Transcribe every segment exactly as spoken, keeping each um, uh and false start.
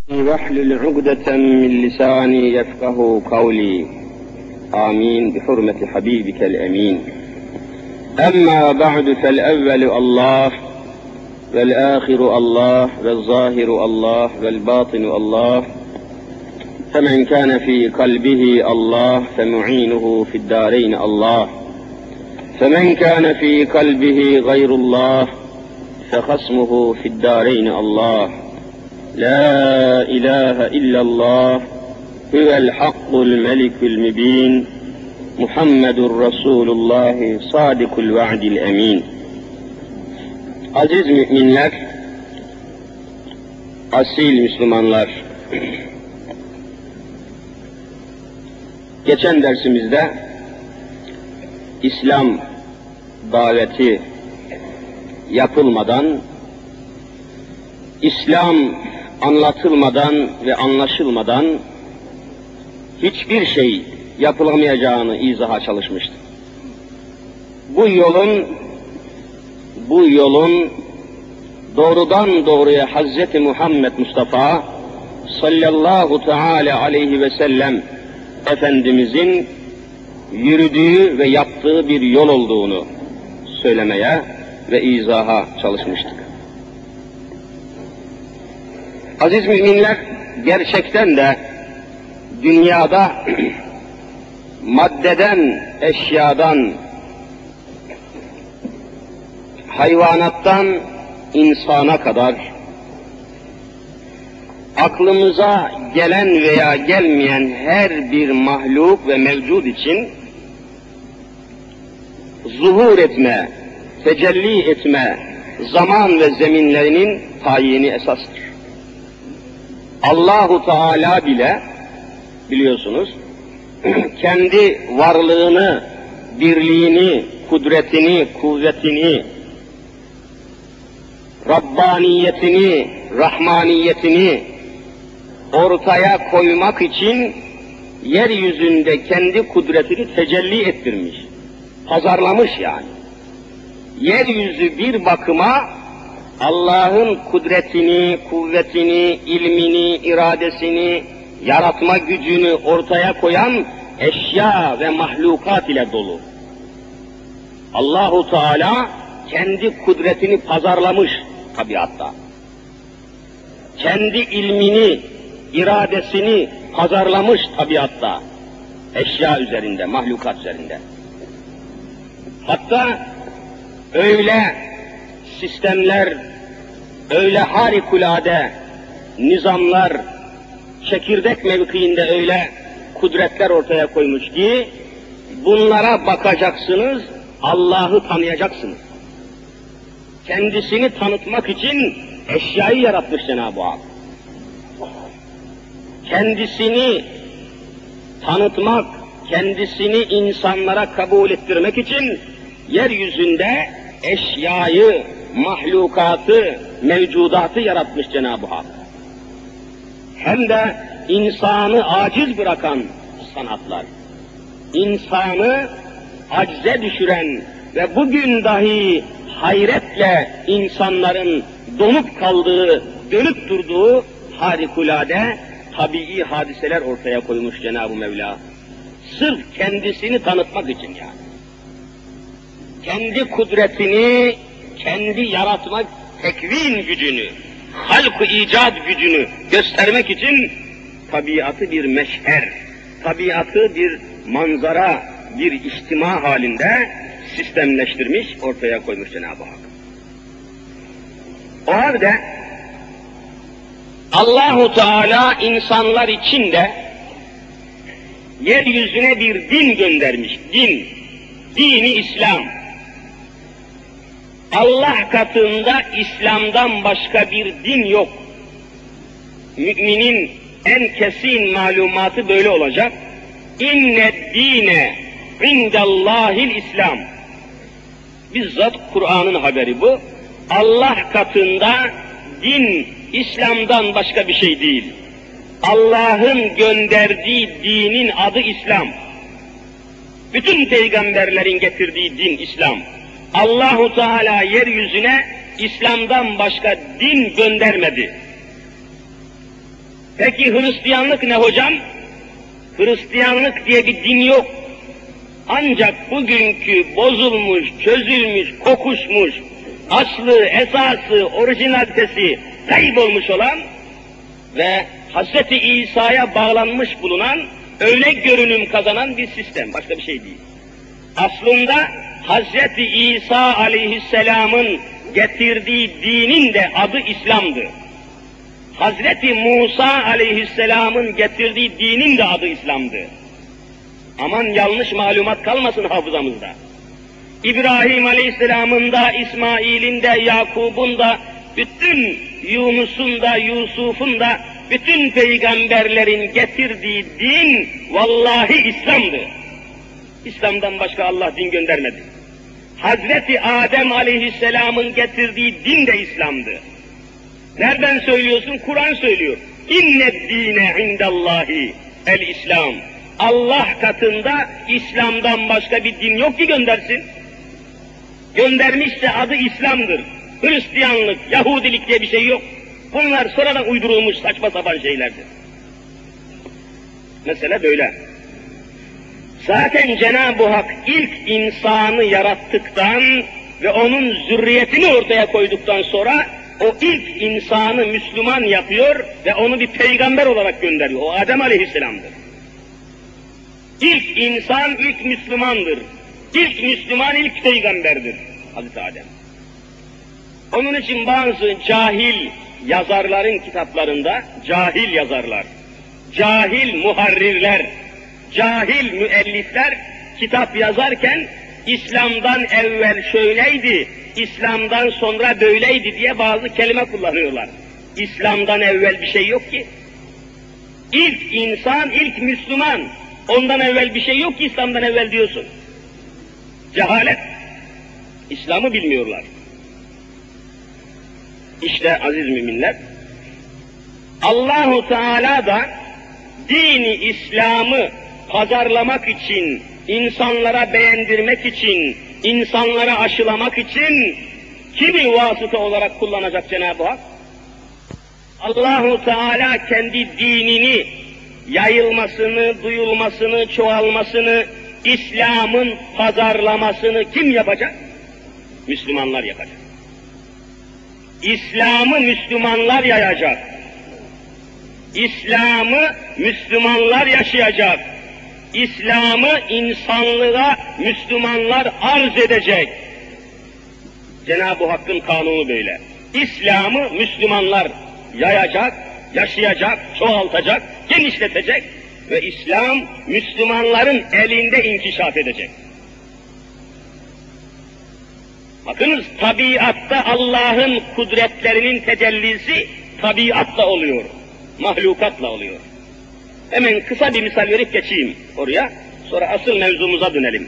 واحلل عقدة من لساني يفقه قولي آمين بحرمة حبيبك الأمين. أما بعد فالأول الله والآخر الله والظاهر الله والباطن الله، فمن كان في قلبه الله فمعينه في الدارين الله، فمن كان في قلبه غير الله فخصمه في الدارين الله. لا إله إلا الله هو الحق الملك المبين محمد رسول الله صادق الوعد الأمين. Aziz müminler, asil Müslümanlar, geçen dersimizde İslam daveti yapılmadan, İslam anlatılmadan ve anlaşılmadan hiçbir şey yapılamayacağını izaha çalışmıştı. Bu yolun bu yolun doğrudan doğruya Hazreti Muhammed Mustafa sallallahu teala aleyhi ve sellem Efendimizin yürüdüğü ve yaptığı bir yol olduğunu söylemeye ve izaha çalışmıştık. Aziz müminler, gerçekten de dünyada maddeden, eşyadan, hayvanattan insana kadar aklımıza gelen veya gelmeyen her bir mahluk ve mevcud için zuhur etme, tecelli etme zaman ve zeminlerinin tayini esastır. Allahu Teala bile biliyorsunuz kendi varlığını, birliğini, kudretini, kuvvetini, Rabbaniyetini, Rahmaniyetini ortaya koymak için yeryüzünde kendi kudretini tecelli ettirmiş, pazarlamış yani. Yeryüzü bir bakıma Allah'ın kudretini, kuvvetini, ilmini, iradesini, yaratma gücünü ortaya koyan eşya ve mahlukat ile dolu. Allahu Teala kendi kudretini pazarlamış tabiatta. Kendi ilmini, iradesini pazarlamış tabiatta. Eşya üzerinde, mahlukat üzerinde. Hatta öyle sistemler, öyle harikulade nizamlar, çekirdek mevkiinde öyle kudretler ortaya koymuş ki bunlara bakacaksınız, Allah'ı tanıyacaksınız. Kendisini tanıtmak için eşyayı yaratmış Cenab-ı Hak. Kendisini tanıtmak, kendisini insanlara kabul ettirmek için yeryüzünde eşyayı, mahlukatı, mevcudatı yaratmış Cenab-ı Hak. Hem de insanı aciz bırakan sanatlar, insanı acize düşüren ve bugün dahi hayretle insanların donup kaldığı, dönüp durduğu harikulade tabii hadiseler ortaya koymuş Cenab-ı Mevla. Sırf kendisini tanıtmak için yani. Kendi kudretini, kendi yaratmak, tekvin gücünü, halk-ı icat gücünü göstermek için tabiatı bir meşher, tabiatı bir manzara, bir içtima halinde sistemleştirmiş, ortaya koymuş Cenab-ı Hak. O halde Allahu Teala insanlar için de yeryüzüne bir din göndermiş, din, dini İslam. Allah katında İslam'dan başka bir din yok. Müminin en kesin malumatı böyle olacak. İnne dine indellahil İslam. Bizzat Kur'an'ın haberi bu. Allah katında din İslam'dan başka bir şey değil. Allah'ın gönderdiği dinin adı İslam. Bütün peygamberlerin getirdiği din İslam. Allahu Teala yeryüzüne İslam'dan başka din göndermedi. Peki Hristiyanlık ne hocam? Hristiyanlık diye bir din yok. Ancak bugünkü bozulmuş, çözülmüş, kokuşmuş, aslı, esası, orijinalitesi kaybolmuş olan ve Hazreti İsa'ya bağlanmış bulunan, öyle görünüm kazanan bir sistem, başka bir şey değil. Aslında Hazreti İsa aleyhisselamın getirdiği dinin de adı İslam'dı. Hazreti Musa aleyhisselamın getirdiği dinin de adı İslam'dı. Aman yanlış malumat kalmasın hafızamızda. İbrahim aleyhisselamın da, İsmail'in de, Yakub'un da, bütün Yunus'un da, Yusuf'un da, bütün peygamberlerin getirdiği din vallahi İslam'dı. İslam'dan başka Allah din göndermedi. Hazreti Adem aleyhisselamın getirdiği din de İslam'dı. Nereden söylüyorsun? Kur'an söylüyor. İnned dine indallahi el İslam. Allah katında İslam'dan başka bir din yok ki göndersin. Göndermişse adı İslam'dır. Hristiyanlık, Yahudilik diye bir şey yok. Bunlar sonradan uydurulmuş saçma sapan şeylerdir. Mesele böyle. Zaten Cenab-ı Hak ilk insanı yarattıktan ve onun zürriyetini ortaya koyduktan sonra o ilk insanı Müslüman yapıyor ve onu bir peygamber olarak gönderiyor. O Adem Aleyhisselam'dır. İlk insan ilk Müslümandır. İlk Müslüman ilk peygamberdir Hazreti Adem. Onun için bazı cahil yazarların kitaplarında, cahil yazarlar, cahil muharrirler, cahil müellifler kitap yazarken İslam'dan evvel şöyleydi, İslam'dan sonra böyleydi diye bazı kelime kullanıyorlar. İslam'dan evvel bir şey yok ki. İlk insan, ilk Müslüman. Ondan evvel bir şey yok ki İslam'dan evvel diyorsun. Cehalet. İslam'ı bilmiyorlar. İşte aziz müminler, Allahu Teala da dini İslam'ı pazarlamak için, insanlara beğendirmek için, insanlara aşılamak için kimi vasıta olarak kullanacak Cenab-ı Hak? Allahu Teala kendi dinini yayılmasını, duyulmasını, çoğalmasını, İslam'ın pazarlamasını kim yapacak? Müslümanlar yapacak. İslam'ı Müslümanlar yayacak. İslam'ı Müslümanlar yaşayacak. İslam'ı insanlığa Müslümanlar arz edecek. Cenab-ı Hakk'ın kanunu böyle. İslam'ı Müslümanlar yayacak, yaşayacak, çoğaltacak, genişletecek ve İslam Müslümanların elinde inkişaf edecek. Bakınız, tabiatta Allah'ın kudretlerinin tecellisi tabiatla oluyor, mahlukatla oluyor. Hemen kısa bir misal verip geçeyim oraya, sonra asıl mevzumuza dönelim.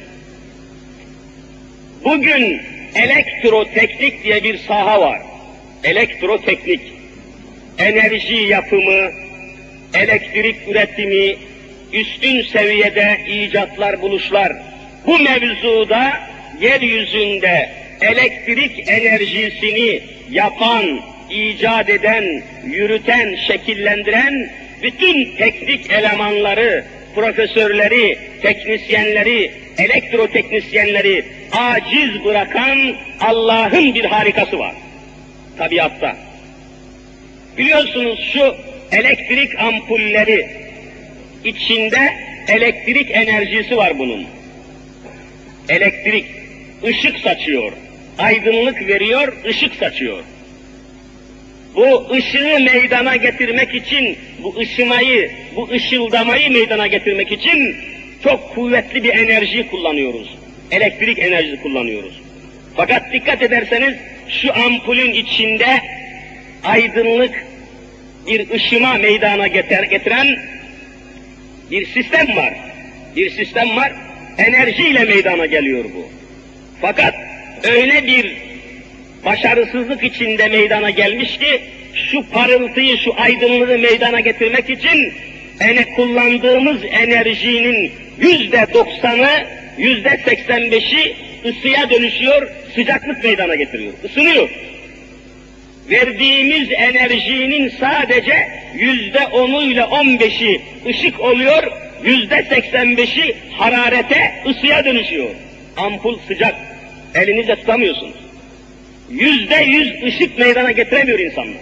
Bugün elektroteknik diye bir saha var. Elektroteknik, enerji yapımı, elektrik üretimi, üstün seviyede icatlar, buluşlar. Bu mevzuda yeryüzünde elektrik enerjisini yapan, icat eden, yürüten, şekillendiren bütün teknik elemanları, profesörleri, teknisyenleri, elektroteknisyenleri aciz bırakan Allah'ın bir harikası var tabiatta. Biliyorsunuz şu elektrik ampulleri içinde elektrik enerjisi var bunun. Elektrik ışık saçıyor, aydınlık veriyor, ışık saçıyor. Bu ışığı meydana getirmek için, bu ışımayı, bu ışıldamayı meydana getirmek için çok kuvvetli bir enerji kullanıyoruz. Elektrik enerjisi kullanıyoruz. Fakat dikkat ederseniz şu ampulün içinde aydınlık, bir ışıma meydana getiren bir sistem var. Bir sistem var, enerjiyle meydana geliyor bu. Fakat öyle bir başarısızlık içinde meydana gelmiş ki, şu parıltıyı, şu aydınlığı meydana getirmek için ene kullandığımız enerjinin yüzde doksanı, yüzde seksen beşi ısıya dönüşüyor, sıcaklık meydana getiriyor, ısınıyor. Verdiğimiz enerjinin sadece yüzde onuyla on beşi ışık oluyor, yüzde seksen beşi hararete, ısıya dönüşüyor. Ampul sıcak, elinizle tutamıyorsunuz. Yüzde yüz ışık meydana getiremiyor insanlar.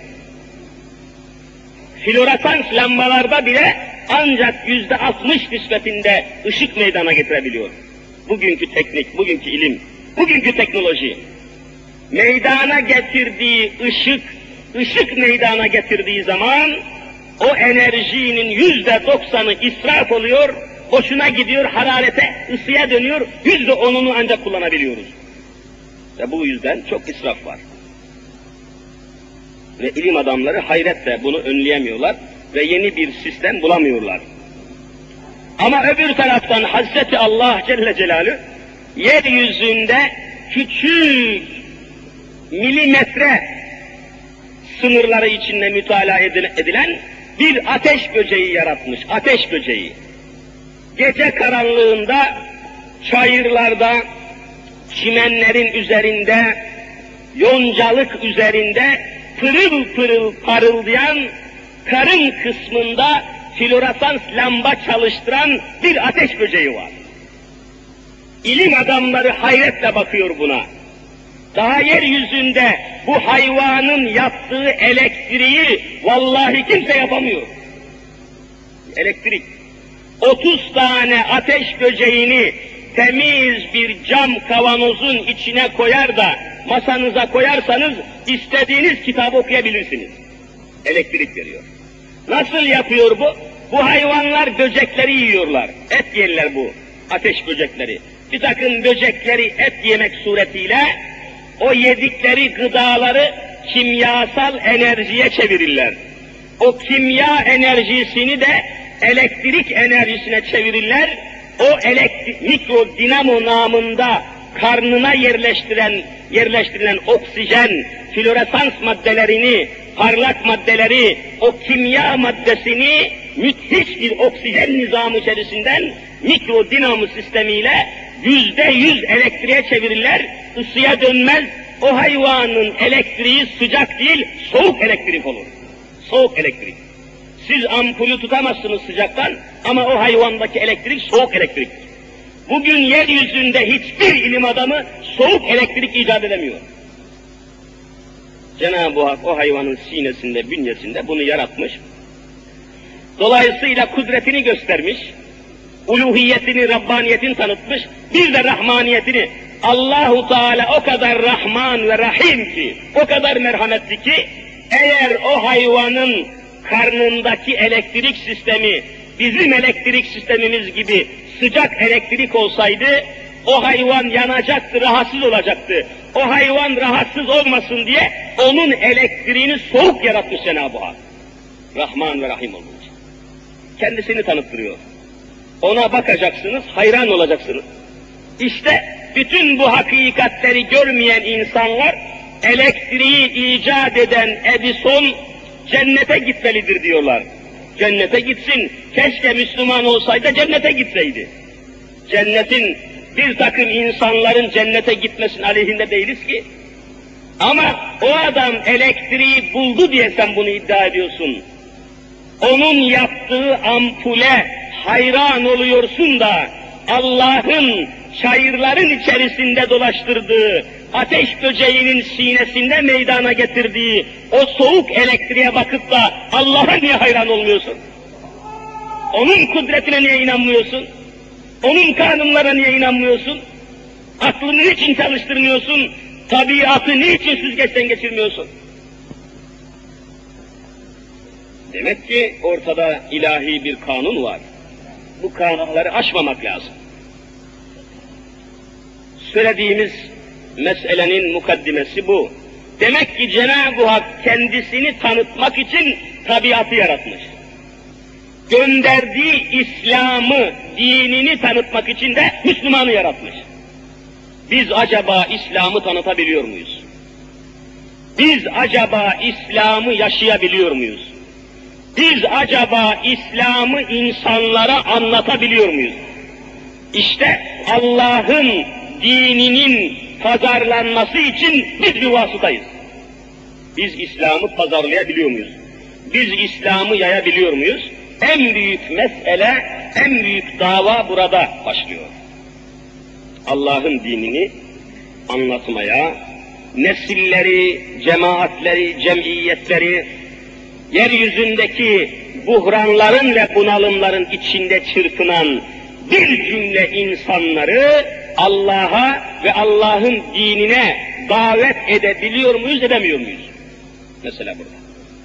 Floresans lambalarda bile ancak yüzde altmış nispetinde ışık meydana getirebiliyor. Bugünkü teknik, bugünkü ilim, bugünkü teknoloji meydana getirdiği ışık, ışık meydana getirdiği zaman o enerjinin yüzde doksanı israf oluyor, hoşuna gidiyor, hararete, ısıya dönüyor, yüzde onunu ancak kullanabiliyoruz. Ve bu yüzden çok israf var. Ve ilim adamları hayretle bunu önleyemiyorlar ve yeni bir sistem bulamıyorlar. Ama öbür taraftan Hazreti Allah Celle Celaluhu yeryüzünde küçük milimetre sınırları içinde mütalaa edilen bir ateş böceği yaratmış, ateş böceği. Gece karanlığında, çayırlarda, çimenlerin üzerinde, yoncalık üzerinde pırıl pırıl parıldayan, karın kısmında floresans lamba çalıştıran bir ateş böceği var. İlim adamları hayretle bakıyor buna. Daha yeryüzünde bu hayvanın yaptığı elektriği vallahi kimse yapamıyor. Elektrik. otuz tane ateş böceğini temiz bir cam kavanozun içine koyar da masanıza koyarsanız istediğiniz kitabı okuyabilirsiniz. Elektrik veriyor. Nasıl yapıyor bu? Bu hayvanlar böcekleri yiyorlar. Et yerler bu. Ateş böcekleri. Bir takım böcekleri et yemek suretiyle o yedikleri gıdaları kimyasal enerjiye çevirirler. O kimya enerjisini de elektrik enerjisine çevirirler. O elektrik, mikro dinamo namında karnına yerleştiren, yerleştirilen oksijen, floresans maddelerini, parlak maddeleri, o kimya maddesini müthiş bir oksijen nizamı içerisinden mikro dinamo sistemiyle yüzde yüz elektriğe çevirirler, ısıya dönmez, o hayvanın elektriği sıcak değil, soğuk elektrik olur. Soğuk elektrik. Siz ampulü tutamazsınız sıcaktan ama o hayvandaki elektrik soğuk elektrik. Bugün yeryüzünde hiçbir ilim adamı soğuk elektrik icat edemiyor. Cenab-ı Hak o hayvanın sinesinde, bünyesinde bunu yaratmış. Dolayısıyla kudretini göstermiş, uluhiyetini, Rabbaniyetini tanıtmış, bir de rahmaniyetini. Allahu Teala o kadar Rahman ve Rahim ki, o kadar merhametli ki, eğer o hayvanın karnındaki elektrik sistemi bizim elektrik sistemimiz gibi sıcak elektrik olsaydı, o hayvan yanacaktı, rahatsız olacaktı. O hayvan rahatsız olmasın diye onun elektriğini soğuk yaratmış Cenab-ı Hak. Rahman ve Rahim olmuş. Kendisini tanıttırıyor. Ona bakacaksınız, hayran olacaksınız. İşte bütün bu hakikatleri görmeyen insanlar, elektriği icat eden Edison cennete gitmelidir diyorlar. Cennete gitsin, keşke Müslüman olsaydı cennete gitseydi. Cennetin, bir takım insanların cennete gitmesinin aleyhinde değiliz ki. Ama o adam elektriği buldu diye sen bunu iddia ediyorsun. Onun yaptığı ampule hayran oluyorsun da Allah'ın çayırların içerisinde dolaştırdığı, ateş böceğinin sinesinde meydana getirdiği o soğuk elektriğe bakıp da Allah'a niye hayran olmuyorsun? Onun kudretine niye inanmıyorsun? Onun kanunlara niye inanmıyorsun? Aklını niçin çalıştırmıyorsun? Tabiatı niçin süzgeçten geçirmiyorsun? Demek ki ortada ilahi bir kanun var. Bu kanunları aşmamak lazım. Söylediğimiz meselenin mukaddimesi bu. Demek ki Cenab-ı Hak kendisini tanıtmak için tabiatı yaratmış. Gönderdiği İslam'ı, dinini tanıtmak için de Müslümanı yaratmış. Biz acaba İslam'ı tanıtabiliyor muyuz? Biz acaba İslam'ı yaşayabiliyor muyuz? Biz acaba İslam'ı insanlara anlatabiliyor muyuz? İşte Allah'ın dininin pazarlanması için biz bir vasıtayız. Biz İslam'ı pazarlayabiliyor muyuz? Biz İslam'ı yayabiliyor muyuz? En büyük mesele, en büyük dava burada başlıyor. Allah'ın dinini anlatmaya, nesilleri, cemaatleri, cemiyetleri, yeryüzündeki buhranların ve bunalımların içinde çırpınan bir cümle insanları Allah'a ve Allah'ın dinine davet edebiliyor muyuz, edemiyor muyuz? Mesela burada.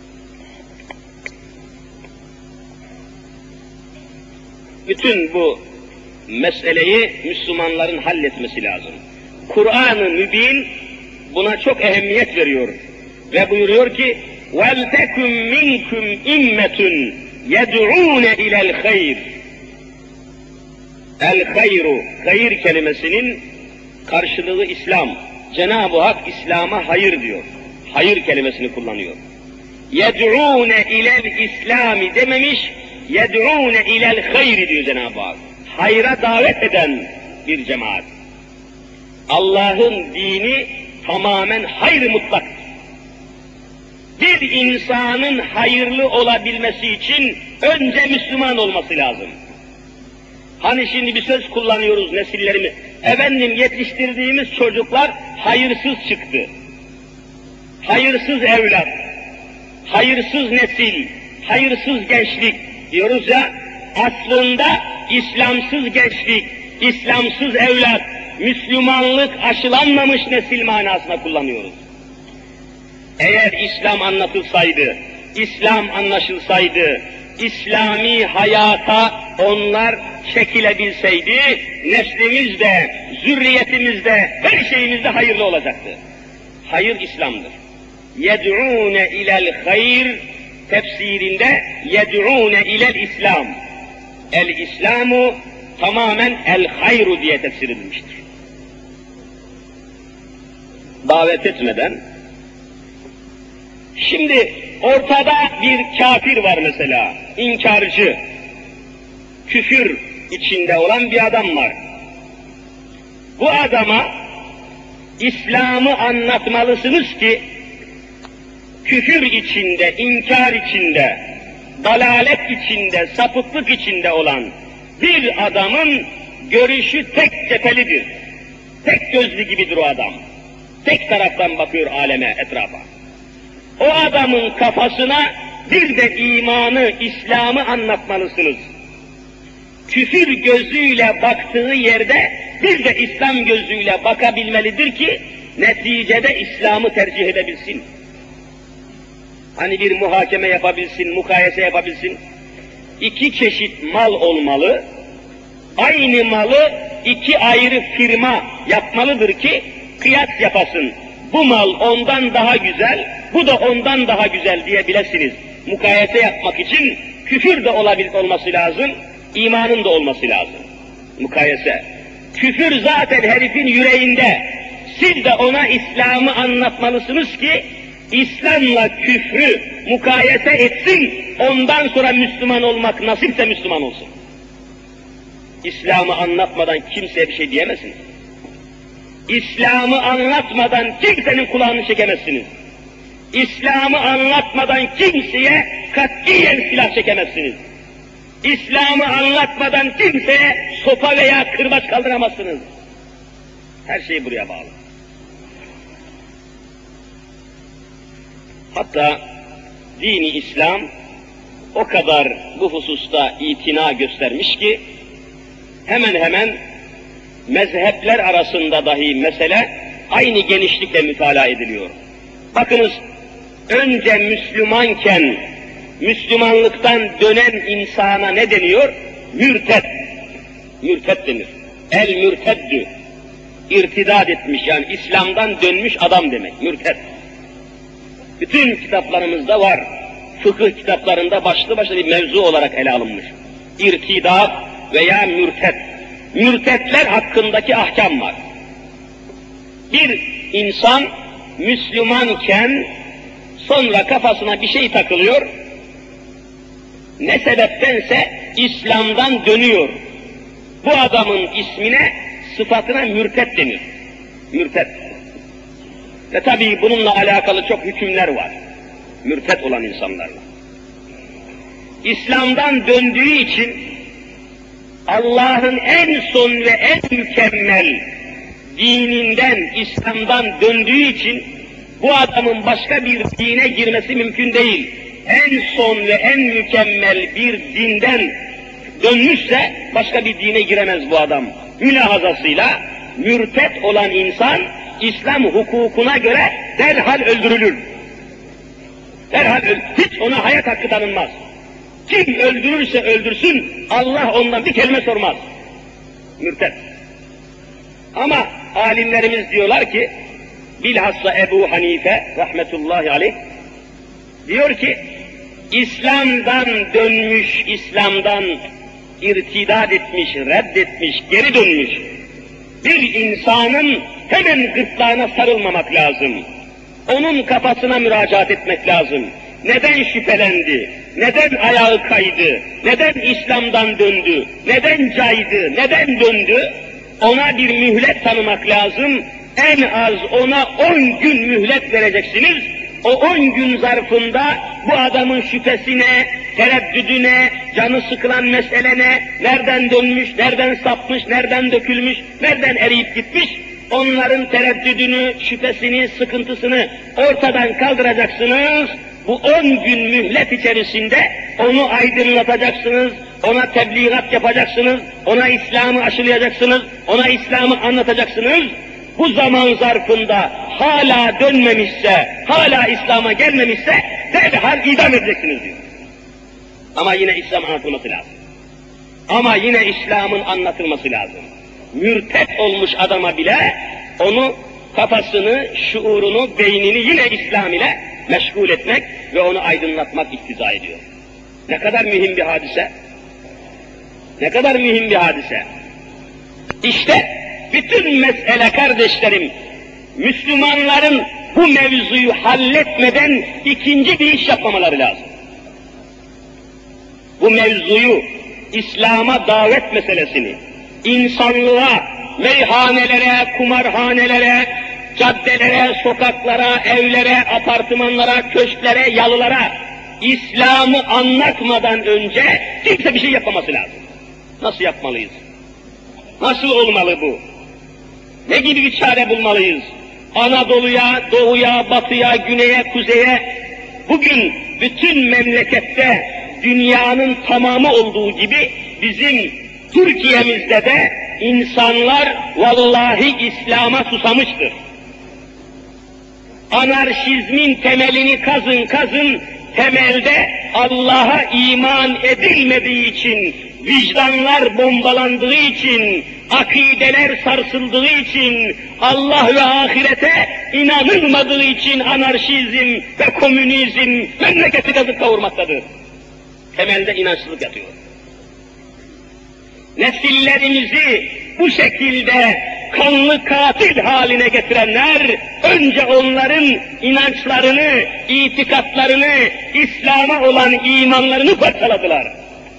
Bütün bu meseleyi Müslümanların halletmesi lazım. Kur'an-ı Mübin buna çok ehemmiyet veriyor ve buyuruyor ki وَلْتَكُمْ مِنْكُمْ اِمَّةٌ يَدْعُونَ اِلَى الْخَيْرِ. El-hayru, hayır kelimesinin karşılığı İslam. Cenab-ı Hak İslam'a hayır diyor. Hayır kelimesini kullanıyor. يَدْعُونَ اِلَى الْاِسْلَامِ dememiş, يَدْعُونَ اِلَى الْخَيْرِ diyor Cenab-ı Hak. Hayra davet eden bir cemaat. Allah'ın dini tamamen hayır mutlak. Bir insanın hayırlı olabilmesi için önce Müslüman olması lazım. Hani şimdi bir söz kullanıyoruz nesillerimiz. Efendim yetiştirdiğimiz çocuklar hayırsız çıktı. Hayırsız evlat, hayırsız nesil, hayırsız gençlik diyoruz ya. Aslında İslamsız gençlik, İslamsız evlat, Müslümanlık aşılanmamış nesil manasına kullanıyoruz. Eğer İslam anlatılsaydı, İslam anlaşılsaydı, İslami hayata onlar çekilebilseydi, neslimiz de, zürriyetimiz de, her şeyimiz de hayırlı olacaktı. Hayır İslam'dır. يَدْعُونَ اِلَى الْخَيْرِ tefsirinde يَدْعُونَ اِلَى الْاِسْلَامِ. El-İslamu tamamen el-hayru diye tefsir edilmiştir. Davet etmeden, şimdi ortada bir kafir var mesela, inkarcı, küfür içinde olan bir adam var. Bu adama İslam'ı anlatmalısınız ki, küfür içinde, inkar içinde, dalalet içinde, sapıklık içinde olan bir adamın görüşü tek cephelidir. Tek gözlü gibidir o adam. Tek taraftan bakıyor aleme, etrafa. O adamın kafasına bir de imanı, İslam'ı anlatmalısınız. Küfür gözüyle baktığı yerde bir de İslam gözüyle bakabilmelidir ki neticede İslam'ı tercih edebilsin. Hani bir muhakeme yapabilsin, mukayese yapabilsin. İki çeşit mal olmalı, aynı malı iki ayrı firma yapmalıdır ki kıyas yapasın. Bu mal ondan daha güzel, bu da ondan daha güzel diyebilirsiniz. Mukayese yapmak için küfür de olabil olması lazım, imanın da olması lazım. Mukayese. Küfür zaten herifin yüreğinde. Siz de ona İslam'ı anlatmalısınız ki İslam'la küfrü mukayese etsin, ondan sonra Müslüman olmak nasipse Müslüman olsun. İslam'ı anlatmadan kimseye bir şey diyemezsiniz. İslam'ı anlatmadan kimsenin kulağını çekemezsiniz. İslam'ı anlatmadan kimseye katiyen silah çekemezsiniz. İslam'ı anlatmadan kimseye sopa veya kırbaç kaldıramazsınız. Her şey buraya bağlı. Hatta dini İslam o kadar bu hususta itina göstermiş ki hemen hemen mezhepler arasında dahi mesele aynı genişlikle mütalaa ediliyor. Bakınız, önce Müslümanken Müslümanlıktan dönen insana ne deniyor? Mürted. Mürted denir. El mürteddü. İrtidad etmiş, yani İslam'dan dönmüş adam demek. Mürted. Bütün kitaplarımızda var. Fıkıh kitaplarında başlı başına bir mevzu olarak ele alınmış. İrtidat veya mürted. Mürtedler hakkındaki ahkam var. Bir insan Müslümanken sonra kafasına bir şey takılıyor, ne sebeptense İslam'dan dönüyor. Bu adamın ismine, sıfatına mürted denir. Mürted. Ve tabii bununla alakalı çok hükümler var. Mürted olan insanlarla. İslam'dan döndüğü için Allah'ın en son ve en mükemmel dininden, İslam'dan döndüğü için bu adamın başka bir dine girmesi mümkün değil. En son ve en mükemmel bir dinden dönmüşse başka bir dine giremez bu adam. Mülahazasıyla mürtet olan insan İslam hukukuna göre derhal öldürülür. Derhal öldürülür. Hiç ona hayat hakkı tanınmaz. Kim öldürürse öldürsün Allah ondan bir kelime sormaz. Mürtet. Ama alimlerimiz diyorlar ki, bilhassa Ebu Hanife rahmetullahi aleyh diyor ki, İslam'dan dönmüş, İslam'dan irtidat etmiş, reddetmiş, geri dönmüş bir insanın hemen gırtlağına sarılmamak lazım. Onun kafasına müracaat etmek lazım. Neden şüphelendi? Neden ayağı kaydı? Neden İslam'dan döndü? Neden caydı? Neden döndü? Ona bir mühlet tanımak lazım. En az ona on gün mühlet vereceksiniz. O on gün zarfında bu adamın şüphesine, tereddüdüne, canı sıkılan meselene, nereden dönmüş, nereden sapmış, nereden dökülmüş, nereden eriyip gitmiş, onların tereddüdünü, şüphesini, sıkıntısını ortadan kaldıracaksınız. Bu on gün mühlet içerisinde onu aydınlatacaksınız, ona tebliğat yapacaksınız, ona İslam'ı aşılayacaksınız, ona İslam'ı anlatacaksınız. Bu zaman zarfında hala dönmemişse, hala İslam'a gelmemişse derhal idam edeceksiniz diyor. Ama yine İslam anlatılması lazım. Ama yine İslam'ın anlatılması lazım. Mürtet olmuş adama bile onu, kafasını, şuurunu, beynini yine İslam ile meşgul etmek ve onu aydınlatmak iktiza ediyor. Ne kadar mühim bir hadise. Ne kadar mühim bir hadise. İşte bütün mesele kardeşlerim, Müslümanların bu mevzuyu halletmeden ikinci bir iş yapmamaları lazım. Bu mevzuyu, İslam'a davet meselesini, insanlığa, meyhanelere, kumarhanelere, caddelere, sokaklara, evlere, apartmanlara, köşklere, yalılara İslam'ı anlatmadan önce kimse bir şey yapmaması lazım. Nasıl yapmalıyız? Nasıl olmalı bu? Ne gibi bir çare bulmalıyız? Anadolu'ya, doğuya, batıya, güneye, kuzeye, bugün bütün memlekette dünyanın tamamı olduğu gibi bizim Türkiye'mizde de insanlar vallahi İslam'a susamıştır. Anarşizmin temelini kazın kazın, temelde Allah'a iman edilmediği için, vicdanlar bombalandığı için, akideler sarsıldığı için, Allah ve ahirete inanılmadığı için anarşizm ve komünizm memleketi kazıp kavurmaktadır. Temelde inançsızlık yatıyor. Nesillerimizi bu şekilde kanlı katil haline getirenler, önce onların inançlarını, itikatlarını, İslam'a olan imanlarını parçaladılar.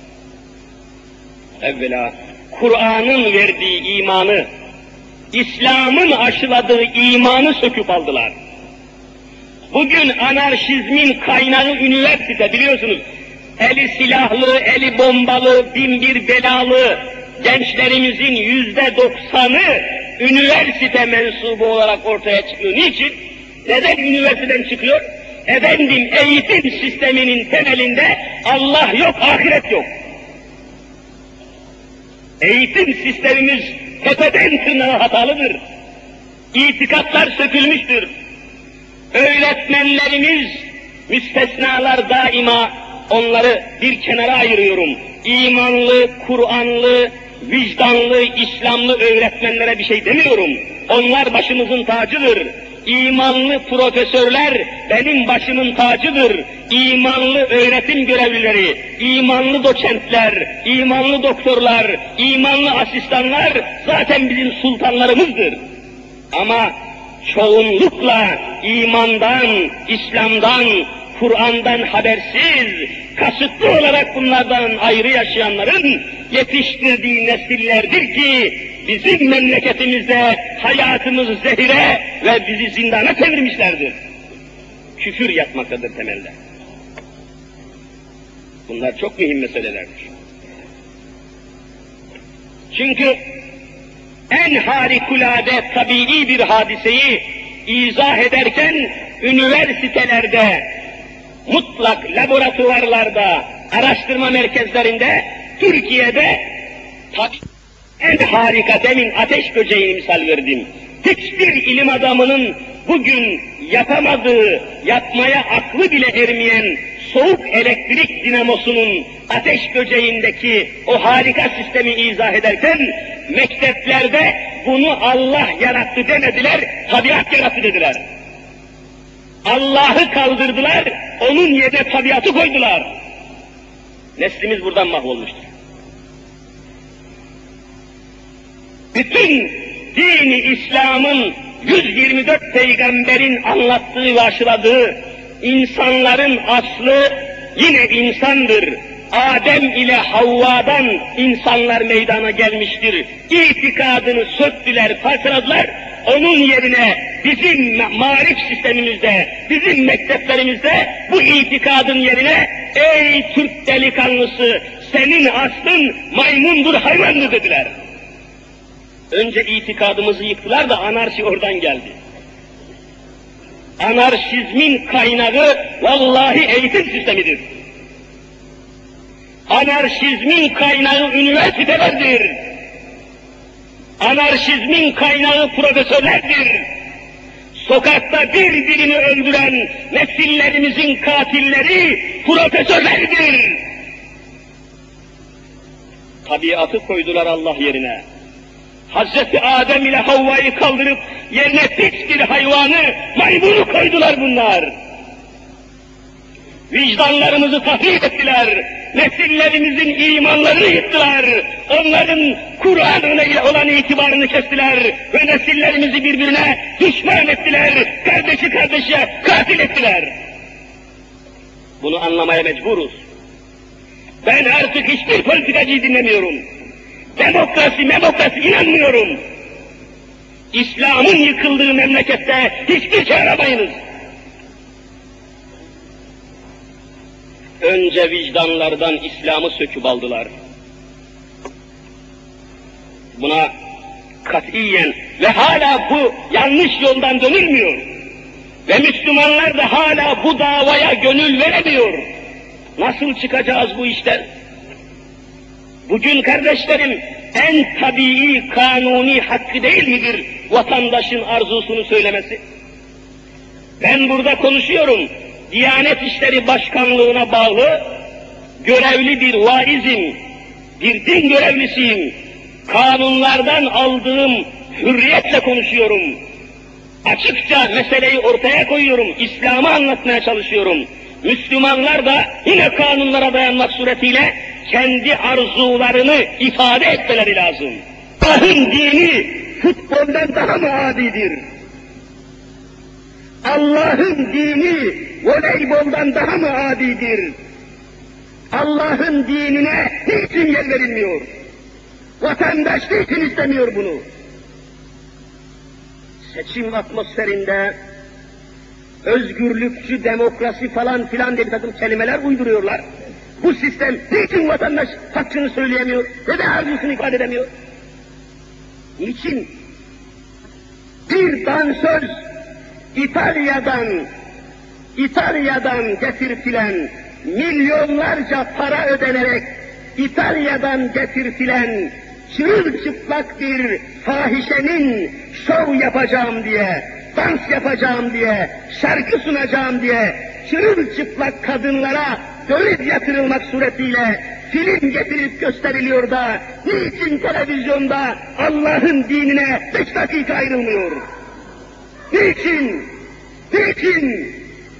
Evvela Kur'an'ın verdiği imanı, İslam'ın aşıladığı imanı söküp aldılar. Bugün anarşizmin kaynağı üniversite, biliyorsunuz. Eli silahlı, eli bombalı, bin bir belalı gençlerimizin yüzde doksanı üniversite mensubu olarak ortaya çıkıyor. Niçin? Neden üniversiteden çıkıyor? Efendim, eğitim sisteminin temelinde Allah yok, ahiret yok. Eğitim sistemimiz tepeden tırnağa hatalıdır. İtikatlar sökülmüştür. Öğretmenlerimiz, müstesnalar daima, onları bir kenara ayırıyorum. İmanlı, Kur'anlı, vicdanlı, İslamlı öğretmenlere bir şey demiyorum. Onlar başımızın tacıdır. İmanlı profesörler benim başımın tacıdır. İmanlı öğretim görevlileri, imanlı doçentler, imanlı doktorlar, imanlı asistanlar zaten bizim sultanlarımızdır. Ama çoğunlukla imandan, İslam'dan, Kur'an'dan habersiz, kasıtlı olarak bunlardan ayrı yaşayanların yetiştirdiği nesillerdir ki bizim memleketimizde hayatımızı zehire ve bizi zindana çevirmişlerdir. Küfür yatmaktadır temelde. Bunlar çok mühim meselelerdir. Çünkü en harikulade tabii bir hadiseyi izah ederken üniversitelerde, mutlak laboratuvarlarda, araştırma merkezlerinde, Türkiye'de tabii en harika, demin ateş böceğini misal verdim. Hiçbir ilim adamının bugün yapamadığı, yapmaya aklı bile ermeyen soğuk elektrik dinamosunun ateş böceğindeki o harika sistemi izah ederken mekteplerde bunu Allah yarattı demediler, tabiat yarattı dediler. Allah'ı kaldırdılar, onun yerine tabiatı koydular. Neslimiz buradan mahvolmuştur. Bütün dini İslam'ın yüz yirmi dört peygamberin anlattığı ve aşıladığı insanların aslı yine insandır. Adem ile Havva'dan insanlar meydana gelmiştir. İtikadını söktüler, parçaladılar. Onun yerine bizim marif sistemimizde, bizim mekteplerimizde bu itikadın yerine ey Türk delikanlısı senin aslın maymundur, hayvandır dediler. Önce itikadımızı yıktılar da anarşi oradan geldi. Anarşizmin kaynağı vallahi eğitim sistemidir. Anarşizmin kaynağı üniversitelerdir. Anarşizmin kaynağı profesörlerdir. Sokakta birbirini öldüren nesillerimizin katilleri profesörlerdir. Tabiatı koydular Allah yerine. Hazreti Adem ile Havva'yı kaldırıp yerine pis bir hayvanı, maymunu koydular bunlar. Vicdanlarımızı tahrip ettiler, nesillerimizin imanlarını yıktılar, onların Kur'an'ına olan itibarını kestiler ve nesillerimizi birbirine düşman ettiler, kardeşi kardeşe katil ettiler. Bunu anlamaya mecburuz. Ben artık hiçbir politikacıyı dinlemiyorum. Demokrasi, demokrasi inanmıyorum. İslam'ın yıkıldığı memlekette hiçbir şey aramayınız. Önce vicdanlardan İslam'ı söküp aldılar. Buna katiyen ve hala bu yanlış yoldan dönülmüyor. Ve Müslümanlar da hala bu davaya gönül veremiyor. Nasıl çıkacağız bu işten? Bugün kardeşlerim en tabii, kanuni hakkı değil midir vatandaşın arzusunu söylemesi? Ben burada konuşuyorum, Diyanet İşleri Başkanlığı'na bağlı görevli bir vaizim, bir din görevlisiyim. Kanunlardan aldığım hürriyetle konuşuyorum. Açıkça meseleyi ortaya koyuyorum, İslam'ı anlatmaya çalışıyorum. Müslümanlar da yine kanunlara dayanmak suretiyle kendi arzularını ifade etmeleri lazım. Allah'ın dini futboldan daha mı adidir? Allah'ın dini voleyboldan daha mı adidir? Allah'ın dinine niçin yer verilmiyor? Vatandaş niçin istemiyor bunu? Seçim atmosferinde özgürlükçü, demokrasi falan filan diye bir takım kelimeler uyduruyorlar. Bu sistem niçin vatandaş hakkını söyleyemiyor ve de arzusunu ifade edemiyor? Niçin? Bir dansöz İtalya'dan, İtalya'dan getirtilen, milyonlarca para ödenerek İtalya'dan getirtilen çırılçıplak bir fahişenin şov yapacağım diye, dans yapacağım diye, şarkı sunacağım diye çırılçıplak kadınlara döviz yatırılmak suretiyle film getirip gösteriliyor da niçin televizyonda Allah'ın dinine beş dakika ayrılmıyor? Niçin? Niçin?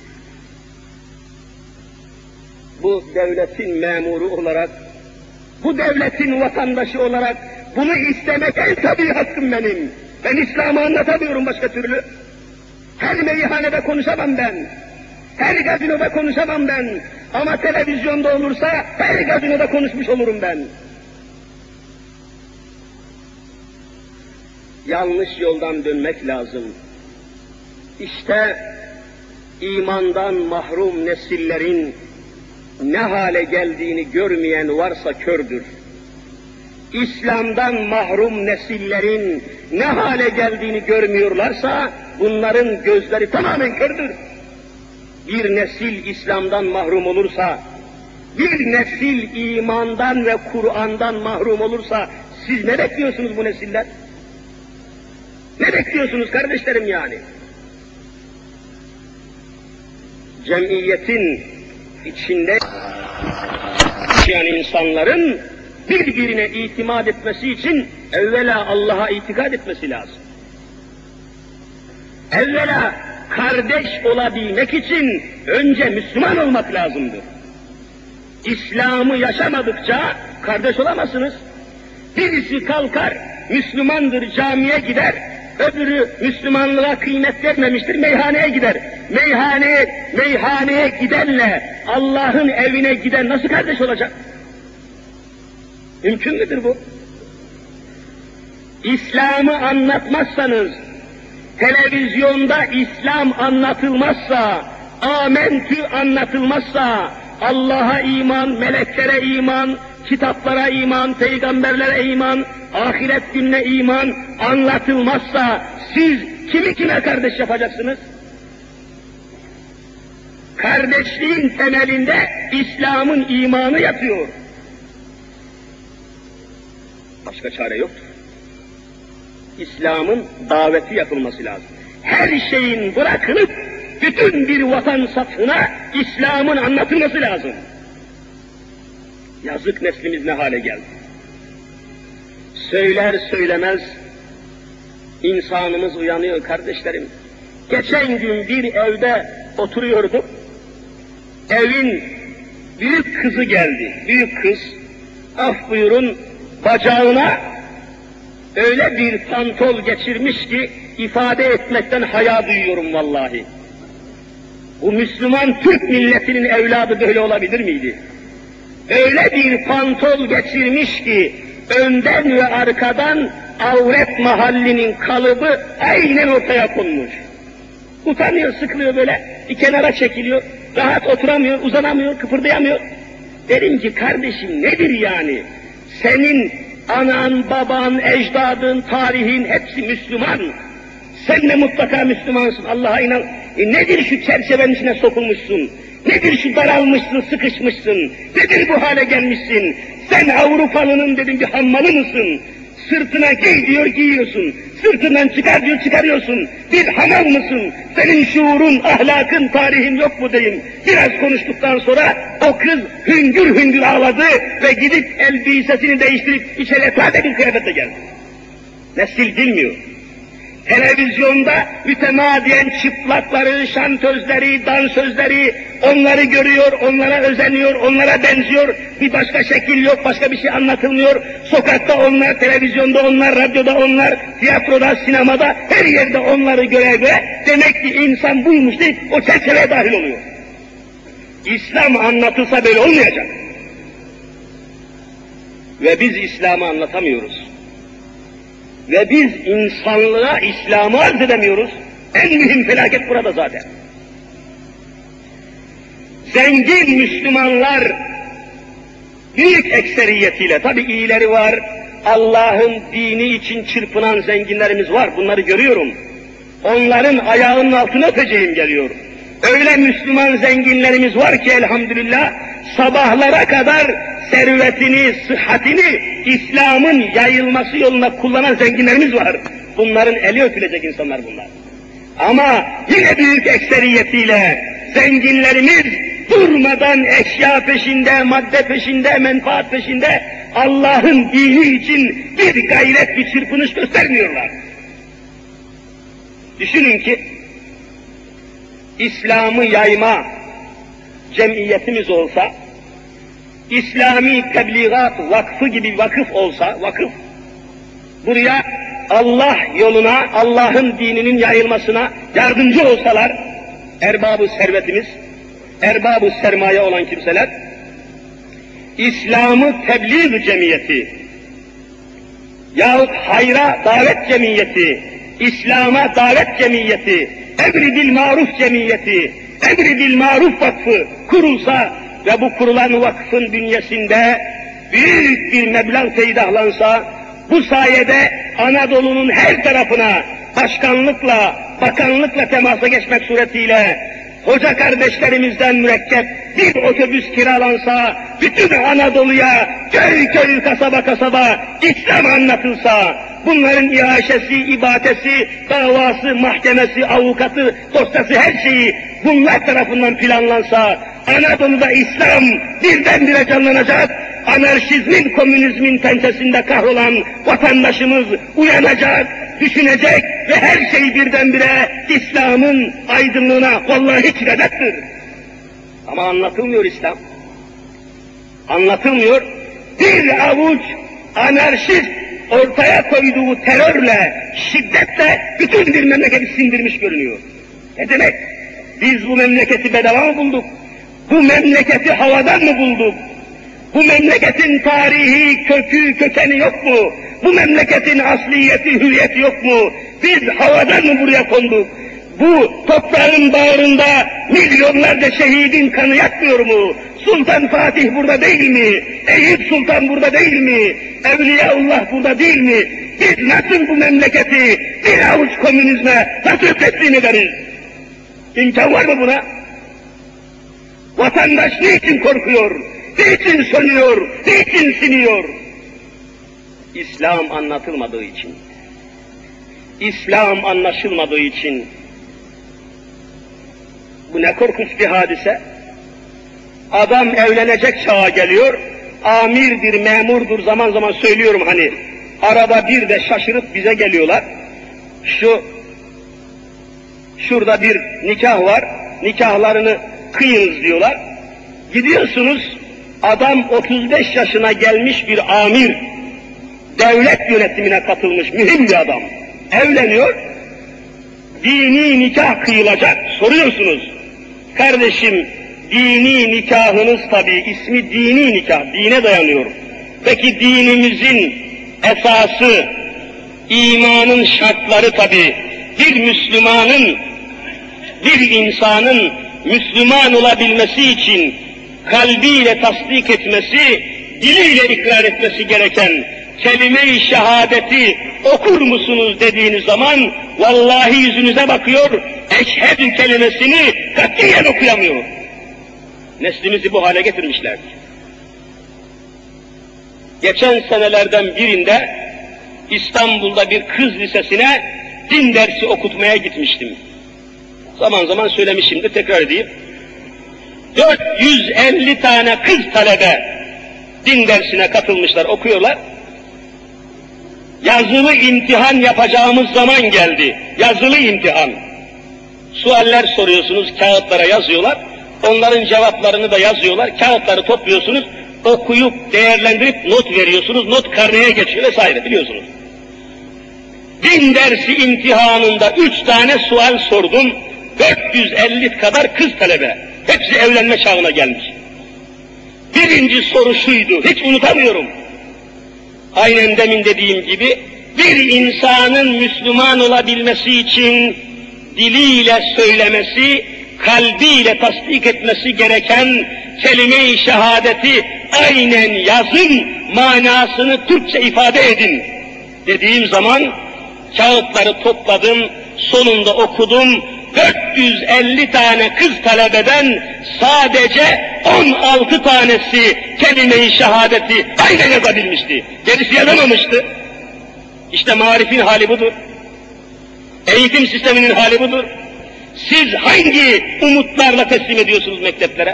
Bu devletin memuru olarak, bu devletin vatandaşı olarak bunu istemek en tabii hakkım benim. Ben İslam'ı anlatamıyorum başka türlü. Her meyhanede konuşamam ben. Her gazinoda konuşamam ben. Ama televizyonda olursa her gazinoda konuşmuş olurum ben. Yanlış yoldan dönmek lazım. İşte imandan mahrum nesillerin ne hale geldiğini görmeyen varsa kördür. İslam'dan mahrum nesillerin ne hale geldiğini görmüyorlarsa bunların gözleri tamamen kördür. Bir nesil İslam'dan mahrum olursa, bir nesil imandan ve Kur'an'dan mahrum olursa siz ne bekliyorsunuz bu nesiller? Ne bekliyorsunuz kardeşlerim yani? Cemiyetin içinde yani insanların birbirine itimat etmesi için evvela Allah'a itikad etmesi lazım. Evvela kardeş olabilmek için önce Müslüman olmak lazımdır. İslam'ı yaşamadıkça kardeş olamazsınız. Birisi kalkar, Müslümandır, camiye gider, öbürü Müslümanlığa kıymet vermemiştir, meyhaneye gider. Meyhaneye, meyhaneye gidenle Allah'ın evine giden nasıl kardeş olacak? Mümkün müdür bu? İslam'ı anlatmazsanız, televizyonda İslam anlatılmazsa, amentü anlatılmazsa, Allah'a iman, meleklere iman, kitaplara iman, peygamberlere iman, ahiret gününe iman anlatılmazsa siz kimi kime kardeş yapacaksınız? Kardeşliğin temelinde İslam'ın imanı yatıyor. Başka çare yoktur. İslam'ın daveti yapılması lazım. Her şeyin bırakılıp bütün bir vatan safına İslam'ın anlatılması lazım. Yazık neslimiz ne hale geldi. Söyler söylemez insanımız uyanıyor kardeşlerim. Geçen gün bir evde oturuyorduk. Evin büyük kızı geldi. Büyük kız, af buyurun, bacağına öyle bir pantol geçirmiş ki ifade etmekten haya duyuyorum vallahi. Bu Müslüman Türk milletinin evladı böyle olabilir miydi? Öyle bir pantol geçirmiş ki önden ve arkadan avret mahallinin kalıbı aynen ortaya konmuş. Utanıyor, sıkılıyor böyle, bir kenara çekiliyor, rahat oturamıyor, uzanamıyor, kıpırdayamıyor. Derim ki kardeşim nedir yani? Senin anan, baban, ecdadın, tarihin hepsi Müslüman. Sen de mutlaka Müslümansın, Allah'a inan. E nedir şu çerçevenin içine sokulmuşsun? Nedir şu daralmışsın, sıkışmışsın? Nedir bu hale gelmişsin? Sen Avrupalının dedim bir hammalı mısın? Sırtına giy diyor giyiyorsun. Sırtından çıkar diyor çıkarıyorsun. Bir hamal mısın? Senin şuurun, ahlakın, tarihin yok mu diyeyim. Biraz konuştuktan sonra o kız hüngür hüngür ağladı ve gidip elbisesini değiştirip içeri sade bir kıyafetle geldi. Nesil bilmiyor. Televizyonda mütemadiyen çıplakları, şantözleri, dansözleri, onları görüyor, onlara özeniyor, onlara benziyor. Bir başka şekil yok, başka bir şey anlatılmıyor. Sokakta onlar, televizyonda onlar, radyoda onlar, tiyatroda, sinemada, her yerde onları göre göre demek ki insan buymuş deyip o çerçeveye dahil oluyor. İslam anlatılsa böyle olmayacak. Ve biz İslam'ı anlatamıyoruz. Ve biz insanlığa İslam'ı arz edemiyoruz. En mühim felaket burada zaten. Zengin Müslümanlar büyük ekseriyetiyle, tabi iyileri var, Allah'ın dini için çırpınan zenginlerimiz var, bunları görüyorum. Onların ayağının altına öpeceğim geliyor. Öyle Müslüman zenginlerimiz var ki elhamdülillah, sabahlara kadar servetini, sıhhatini İslam'ın yayılması yoluna kullanan zenginlerimiz var. Bunların eli öpülecek insanlar bunlar. Ama yine büyük ekseriyetiyle zenginlerimiz durmadan eşya peşinde, madde peşinde, menfaat peşinde Allah'ın dini için bir gayret, bir çırpınış göstermiyorlar. Düşünün ki İslam'ı yayma cemiyetimiz olsa, İslami Tebliğat Vakfı gibi vakıf olsa, vakıf, buraya Allah yoluna, Allah'ın dininin yayılmasına yardımcı olsalar, erbab-ı servetimiz, erbab-ı sermaye olan kimseler, İslam'ı tebliğ cemiyeti, yahut hayra davet cemiyeti, İslam'a davet cemiyeti, emri bil maruf cemiyeti, emri bil maruf vakfı kurulsa, ve bu kurulan vakfın bünyesinde büyük bir meblağ peydahlansa, bu sayede Anadolu'nun her tarafına başkanlıkla, bakanlıkla temasa geçmek suretiyle hoca kardeşlerimizden mürekkep bir otobüs kiralansa, bütün Anadolu'ya köy köy, kasaba kasaba İslam anlatılsa, bunların iaşesi, ibadesi, davası, mahkemesi, avukatı, dosyası, her şeyi bunlar tarafından planlansa, Anadolu'da İslam birdenbire canlanacak, anarşizmin, komünizmin pençesinde kahrolan vatandaşımız uyanacak, düşünecek ve her şey birdenbire İslam'ın aydınlığına vallahi çıkacaktır. Ama anlatılmıyor İslam. Anlatılmıyor. Bir avuç anarşist ortaya koyduğu terörle, şiddetle bütün bir memleketi sindirmiş görünüyor. Ne demek? Biz bu memleketi bedava mı bulduk? Bu memleketi havadan mı bulduk? Bu memleketin tarihi, kökü, kökeni yok mu? Bu memleketin asliyeti, hüviyeti yok mu? Biz havadan mı buraya konduk? Bu toprağın bağrında milyonlarca şehidin kanı yakmıyor mu? Sultan Fatih burada değil mi? Eyüp Sultan burada değil mi? Evliyaullah burada değil mi? Biz nasıl bu memleketi bir avuç komünizme nasıl teslim ederiz? İmkan var mı buna? Vatandaş niçin korkuyor? Niçin sönüyor? Niçin siniyor? İslam anlatılmadığı için. İslam anlaşılmadığı için. Bu ne korkunç bir hadise. Adam evlenecek çağa geliyor, amirdir, memurdur, zaman zaman söylüyorum hani, arada bir de şaşırıp bize geliyorlar. Şu, şurada bir nikah var, nikahlarını kıyınız diyorlar. Gidiyorsunuz, adam otuz beş yaşına gelmiş bir amir, devlet yönetimine katılmış mühim bir adam. Evleniyor, dini nikah kıyılacak, soruyorsunuz. Kardeşim, dini nikahınız tabii, ismi dini nikah, dine dayanıyor. Peki dinimizin esası, imanın şartları tabii, bir Müslümanın, bir insanın Müslüman olabilmesi için kalbiyle tasdik etmesi, diliyle ikrar etmesi gereken kelime-i şehadeti okur musunuz dediğiniz zaman, vallahi yüzünüze bakıyor, eşhedü kelimesini katiyen okuyamıyor. Neslimizi bu hale getirmişlerdir. Geçen senelerden birinde İstanbul'da bir kız lisesine din dersi okutmaya gitmiştim. Zaman zaman söylemişimdir, tekrar edeyim. dört yüz elli tane kız talebe din dersine katılmışlar, okuyorlar. Yazılı imtihan yapacağımız zaman geldi. Yazılı imtihan. Sualler soruyorsunuz, kağıtlara yazıyorlar. Onların cevaplarını da yazıyorlar. Kağıtları topluyorsunuz, okuyup değerlendirip not veriyorsunuz. Not karneye geçiyor vesaire, biliyorsunuz. Din dersi imtihanında üç tane sual sordum. dört yüz elli kadar kız talebe. Hepsi evlenme çağına gelmiş. Birinci soru şuydu, hiç unutamıyorum. Aynen demin dediğim gibi, bir insanın Müslüman olabilmesi için diliyle söylemesi, kalbiyle tasdik etmesi gereken kelime-i şehadeti aynen yazın, manasını Türkçe ifade edin dediğim zaman kağıtları topladım, sonunda okudum. dört yüz elli tane kız talebeden sadece on altı tanesi kelime-i şehadeti aynen yazabilmişti. Gerisi yazamamıştı. İşte marifin hali budur. Eğitim sisteminin hali budur. Siz hangi umutlarla teslim ediyorsunuz mekteplere?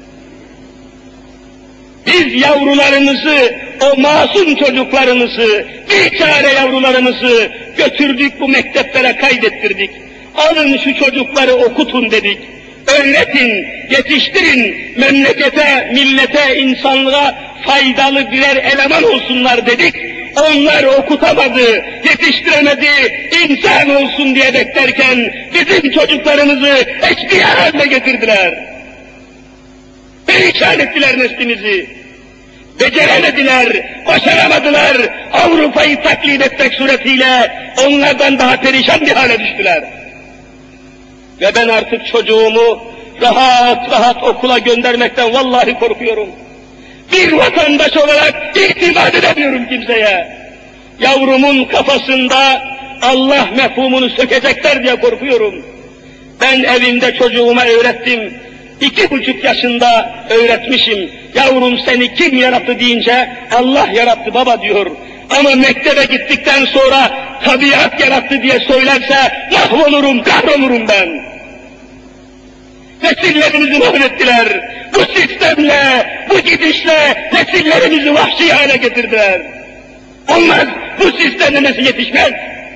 Biz yavrularımızı, o masum çocuklarımızı, bir çare yavrularımızı götürdük bu mekteplere kaydettirdik. Alın şu çocukları okutun dedik. Öğretin, yetiştirin, memlekete, millete, insanlığa faydalı birer eleman olsunlar dedik. Onlar okutamadı, yetiştiremedi, insan olsun diye beklerken bizim çocuklarımızı eşkıya haline getirdiler. Perişan ettiler neslimizi. Beceremediler, başaramadılar. Avrupa'yı taklit etmek suretiyle onlardan daha perişan bir hale düştüler. Ve ben artık çocuğumu rahat rahat okula göndermekten vallahi korkuyorum. Bir vatandaş olarak itimat edemiyorum kimseye. Yavrumun kafasında Allah mefhumunu sökecekler diye korkuyorum. Ben evimde çocuğuma öğrettim. İki buçuk yaşında öğretmişim. Yavrum seni kim yarattı deyince Allah yarattı baba diyor. Ama mektebe gittikten sonra tabiat yarattı diye söylerse mahvolurum, kahrolurum ben. Nesillerimizi mahvettiler. Bu sistemle, bu gidişle nesillerimizi vahşi hale getirdiler. Olmaz, bu sistemle nesil yetişmez.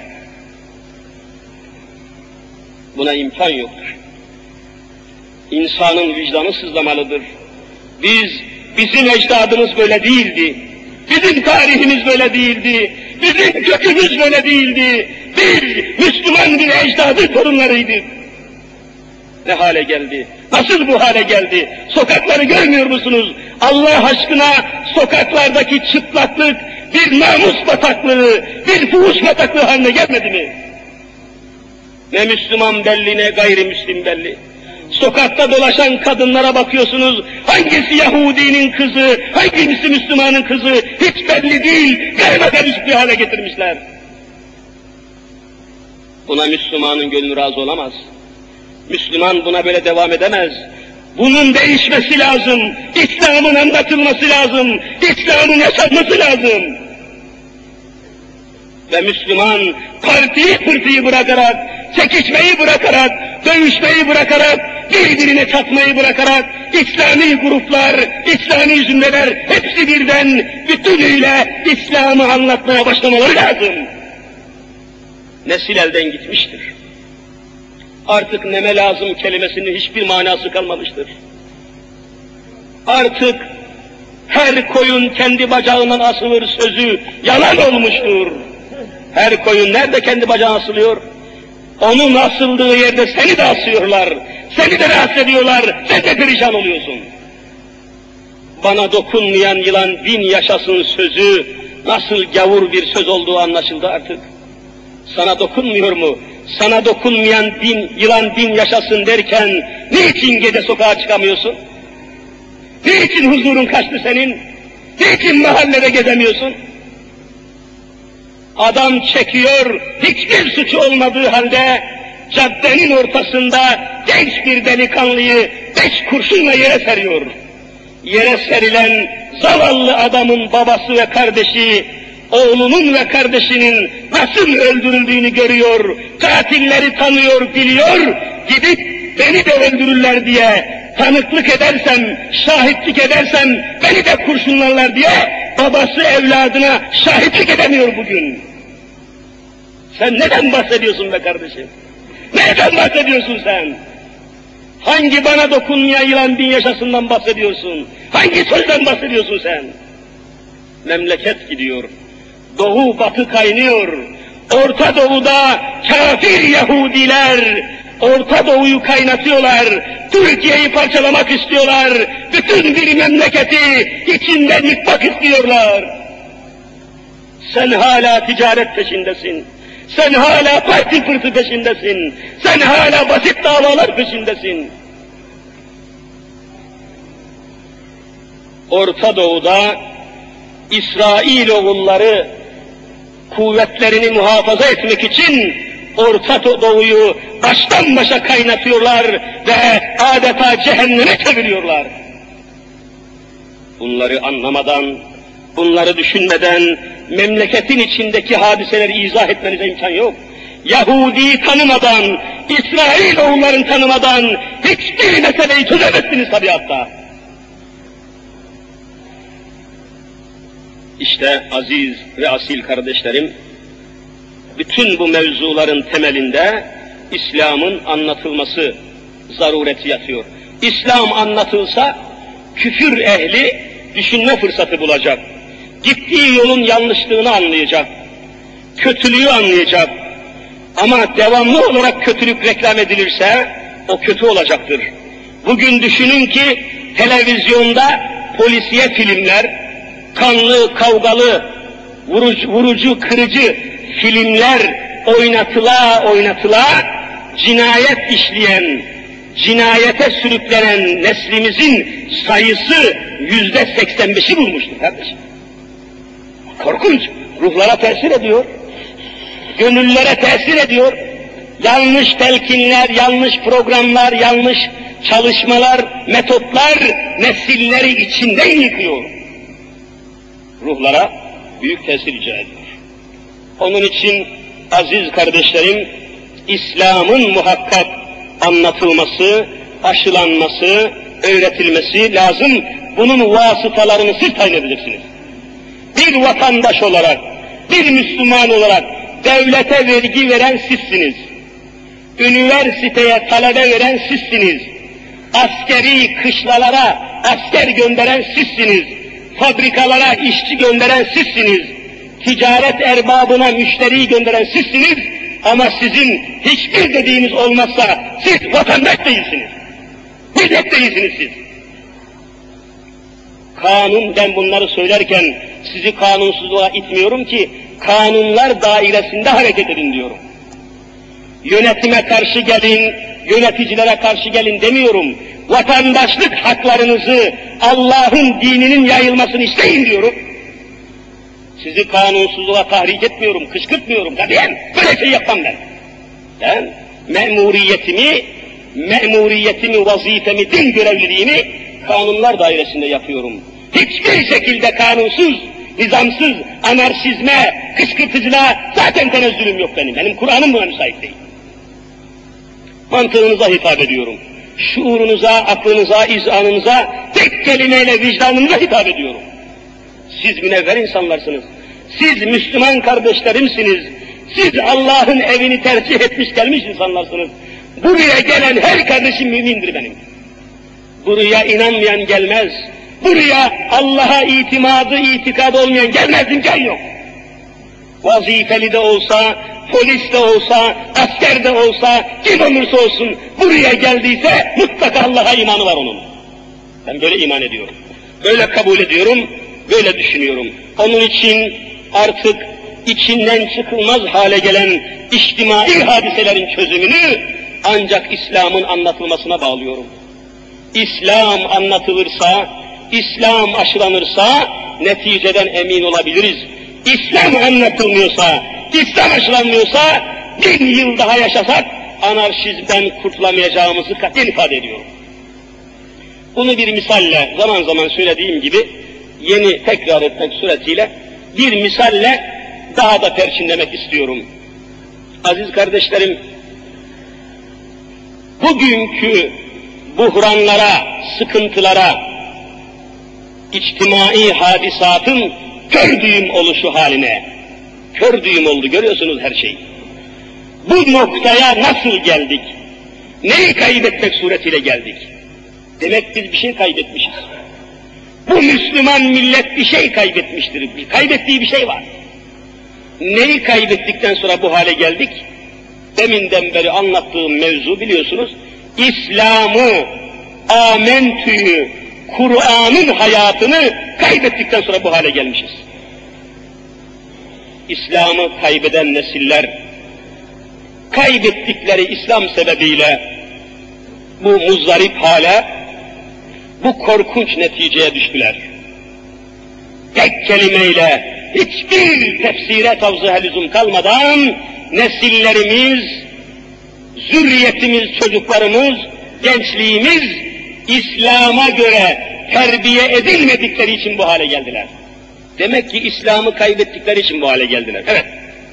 Buna imkan yoktur. İnsanın vicdanı sızlamalıdır. Biz, bizim ecdadımız böyle değildi. Bizim tarihimiz böyle değildi. Bizim kökümüz böyle değildi. Biz Müslüman bir ecdadı torunlarıydık. Ne hale geldi? Nasıl bu hale geldi? Sokakları görmüyor musunuz? Allah aşkına sokaklardaki çıplaklık bir namus bataklığı, bir fuhuş bataklığı haline gelmedi mi? Ne Müslüman belli ne gayrimüslim belli. Sokakta dolaşan kadınlara bakıyorsunuz, hangisi Yahudinin kızı, hangisi Müslümanın kızı hiç belli değil, gayrimüslim bir hale getirmişler. Buna Müslümanın gönlü razı olamaz. Müslüman buna böyle devam edemez. Bunun değişmesi lazım, İslam'ın anlatılması lazım, İslam'ın yaşanması lazım. Ve Müslüman partiyi pırtıyı bırakarak, çekişmeyi bırakarak, dövüşmeyi bırakarak, birbirine çatmayı bırakarak, İslami gruplar, İslami zümreler hepsi birden bütünüyle İslam'ı anlatmaya başlamaları lazım. Nesil elden gitmiştir. Artık neme lazım kelimesinin hiçbir manası kalmamıştır. Artık her koyun kendi bacağından asılır sözü yalan olmuştur. Her koyun nerede kendi bacağına asılıyor? Onun asıldığı yerde seni de asıyorlar, seni de rahatsız ediyorlar, sen de perişan oluyorsun. Bana dokunmayan yılan bin yaşasın sözü nasıl gavur bir söz olduğu anlaşıldı artık. Sana dokunmuyor mu? Sana dokunmayan bin, yılan bin yaşasın derken niçin gece sokağa çıkamıyorsun? Niçin huzurun kaçtı senin? Niçin mahallede gezemiyorsun? Adam çekiyor, hiçbir suçu olmadığı halde caddenin ortasında genç bir delikanlıyı beş kurşunla yere seriyor. Yere serilen zavallı adamın babası ve kardeşi, oğlunun ve kardeşinin nasıl öldürüldüğünü görüyor, katilleri tanıyor, biliyor, gidip beni de öldürürler diye tanıklık edersem, şahitlik edersem beni de kurşunlarlar diye babası evladına şahitlik edemiyor bugün. Sen neden bahsediyorsun be kardeşim? Neden bahsediyorsun sen? Hangi bana dokunmayan yılan bin yaşasından bahsediyorsun? Hangi sözden bahsediyorsun sen? Memleket gidiyor. Doğu batı kaynıyor. Orta Doğu'da kafir Yahudiler Orta Doğu'yu kaynatıyorlar. Türkiye'yi parçalamak istiyorlar. Bütün bir memleketi içinden yıkmak istiyorlar. Sen hala ticaret peşindesin. Sen hala parti pırtı peşindesin. Sen hala basit davalar peşindesin. Orta Doğu'da İsrailoğulları kuvvetlerini muhafaza etmek için Orta Doğu'yu baştan başa kaynatıyorlar ve adeta cehenneme çeviriyorlar. Bunları anlamadan, bunları düşünmeden memleketin içindeki hadiseleri izah etmenize imkan yok. Yahudi'yi tanımadan, İsrailoğullarını tanımadan hiçbir meseleyi çözemezsiniz tabiatta. İşte aziz ve asil kardeşlerim, bütün bu mevzuların temelinde İslam'ın anlatılması zarureti yatıyor. İslam anlatılsa küfür ehli düşünme fırsatı bulacak. Gittiği yolun yanlışlığını anlayacak. Kötülüğü anlayacak. Ama devamlı olarak kötülük reklam edilirse o kötü olacaktır. Bugün düşünün ki televizyonda polisiye filmler, kanlı, kavgalı, vurucu, vurucu, kırıcı filmler oynatıla oynatıla cinayet işleyen, cinayete sürüklenen neslimizin sayısı yüzde seksen beşi bulmuştur kardeşim. Korkunç, ruhlara tesir ediyor, gönüllere tesir ediyor. Yanlış telkinler, yanlış programlar, yanlış çalışmalar, metotlar nesilleri içinden yıkıyor. Ruhlara büyük tesir icra ediyor. Onun için aziz kardeşlerim, İslam'ın muhakkak anlatılması, aşılanması, öğretilmesi lazım. Bunun vasıtalarını siz tayin edeceksiniz. Bir vatandaş olarak, bir Müslüman olarak devlete vergi veren sizsiniz. Üniversiteye talebe veren sizsiniz. Askeri kışlalara asker gönderen sizsiniz. Fabrikalara işçi gönderen sizsiniz. Ticaret erbabına müşteri gönderen sizsiniz. Ama sizin hiçbir dediğiniz olmazsa siz vatandaş değilsiniz. Millet değilsiniz siz. Kanun, ben bunları söylerken sizi kanunsuzluğa itmiyorum ki, kanunlar dairesinde hareket edin diyorum. Yönetime karşı gelin, yöneticilere karşı gelin demiyorum. Vatandaşlık haklarınızı, Allah'ın dininin yayılmasını isteyin diyorum. Sizi kanunsuzluğa tahrik etmiyorum, kışkırtmıyorum. Tabiyen böyle şey yapmam ben. Ben memuriyetimi, memuriyetimi, vazifemi, din görevliliğimi kanunlar dairesinde yapıyorum. Hiçbir şekilde kanunsuz, nizamsız, anarşizme, kışkırtıcılığa zaten tenezzülüm yok benim. Benim Kur'an'ım buna müsait değil. Mantığınıza hitap ediyorum. Şuurunuza, aklınıza, izanınıza, tek kelimeyle vicdanınıza hitap ediyorum. Siz münevver insanlarsınız. Siz Müslüman kardeşlerimsiniz. Siz Allah'ın evini tercih etmiş gelmiş insanlarsınız. Buraya gelen her kardeşim mümindir benim. Buraya inanmayan gelmez. Buraya Allah'a itimadı, itikadı olmayan gelmez, imkan yok. Vazifeli de olsa, polis de olsa, asker de olsa, kim olursa olsun buraya geldiyse mutlaka Allah'a imanı var onun. Ben böyle iman ediyorum. Böyle kabul ediyorum, böyle düşünüyorum. Onun için artık içinden çıkılmaz hale gelen içtimai hadiselerin çözümünü ancak İslam'ın anlatılmasına bağlıyorum. İslam anlatılırsa, İslam aşılanırsa neticeden emin olabiliriz. İslam anlatılmıyorsa, İslam aşılanmıyorsa bin yıl daha yaşasak anarşizmden kurtulamayacağımızı katiyen ifade ediyorum. Bunu bir misalle, zaman zaman söylediğim gibi yeni tekrar etmek suretiyle bir misalle daha da perçinlemek istiyorum. Aziz kardeşlerim, bugünkü buhranlara, sıkıntılara, içtimai hadisatın kör düğüm oluşu haline, kör düğüm oldu, görüyorsunuz her şey. Bu noktaya nasıl geldik? Neyi kaybetmek suretiyle geldik? Demek biz bir şey kaybetmişiz. Bu Müslüman millet bir şey kaybetmiştir, bir kaybettiği bir şey var. Neyi kaybettikten sonra bu hale geldik? Deminden beri anlattığım mevzu biliyorsunuz, İslam'ı, amentü'yü, Kur'an'ın hayatını kaybettikten sonra bu hale gelmişiz. İslam'ı kaybeden nesiller, kaybettikleri İslam sebebiyle bu muzdarip hale, bu korkunç neticeye düştüler. Tek kelimeyle, hiçbir tefsire tavzıha lüzum kalmadan, nesillerimiz, zürriyetimiz, çocuklarımız, gençliğimiz, İslam'a göre terbiye edilmedikleri için bu hale geldiler. Demek ki İslam'ı kaybettikleri için bu hale geldiler. Evet.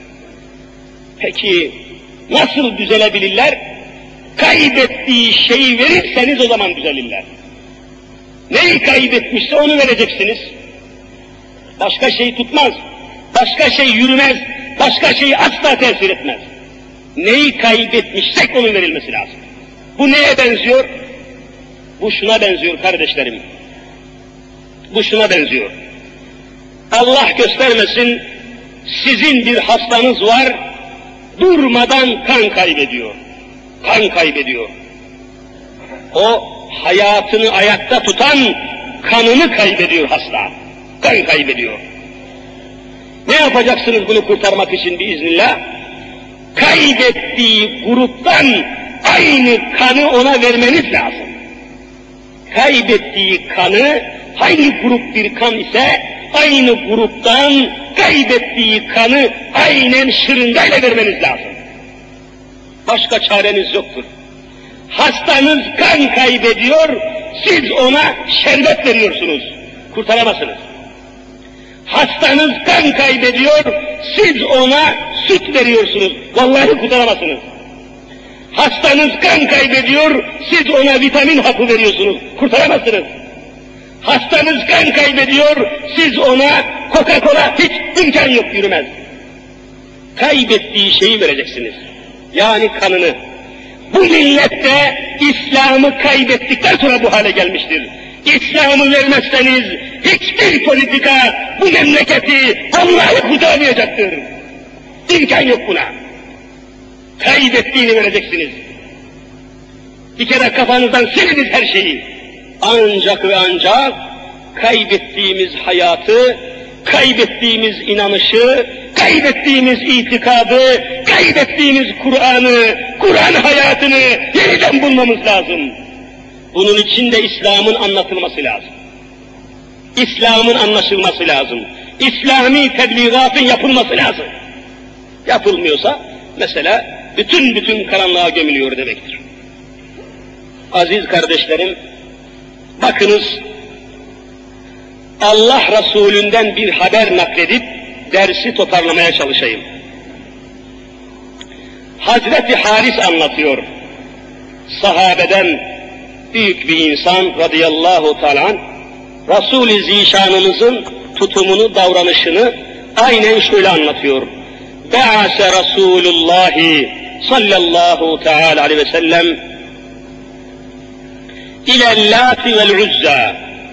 Peki nasıl düzelebilirler? Kaybettiği şeyi verirseniz o zaman düzelirler. Neyi kaybetmişse onu vereceksiniz. Başka şey tutmaz, başka şey yürümez, başka şey asla tesir etmez. Neyi kaybetmişsek onun verilmesi lazım. Bu neye benziyor? Bu şuna benziyor kardeşlerim. Bu şuna benziyor. Allah göstermesin, sizin bir hastanız var, durmadan kan kaybediyor. Kan kaybediyor. O hayatını ayakta tutan kanını kaybediyor hasta. Kan kaybediyor. Ne yapacaksınız bunu kurtarmak için biiznillah? Kaybettiği gruptan aynı kanı ona vermeniz lazım. Kaybettiği kanı, hangi grup bir kan ise, aynı gruptan kaybettiği kanı aynen şırıngayla vermeniz lazım. Başka çareniz yoktur. Hastanız kan kaybediyor, siz ona şerbet veriyorsunuz, kurtaramazsınız. Hastanız kan kaybediyor, siz ona süt veriyorsunuz, vallahi kurtaramazsınız. Hastanız kan kaybediyor, siz ona vitamin hapı veriyorsunuz, kurtaramazsınız. Hastanız kan kaybediyor, siz ona Coca-Cola, hiç imkan yok, yürümez. Kaybettiği şeyi vereceksiniz, yani kanını. Bu millet de İslam'ı kaybettikten sonra bu hale gelmiştir. İslam'ı vermezseniz hiçbir politika bu memleketi vallahi kurtaramayacaktır. İmkan yok buna. Kaybettiğini vereceksiniz. Bir kere kafanızdan siliniz her şeyi. Ancak ve ancak kaybettiğimiz hayatı, kaybettiğimiz inanışı, kaybettiğimiz itikadı, kaybettiğimiz Kur'an'ı, Kur'an hayatını yeniden bulmamız lazım. Bunun için de İslam'ın anlatılması lazım. İslam'ın anlaşılması lazım. İslami tebliğatın yapılması lazım. Yapılmıyorsa mesela bütün bütün karanlığa gömülüyor demektir. Aziz kardeşlerim, bakınız, Allah Resulü'nden bir haber nakledip dersi toparlamaya çalışayım. Hazreti Haris anlatıyor. Sahabeden büyük bir insan radıyallahu teala anh, Resul-i Zişanımızın tutumunu, davranışını aynen şöyle anlatıyor. Be'ase Resulullah sallallahu teala aleyhi ve sellem ilellâti vel uzzâ.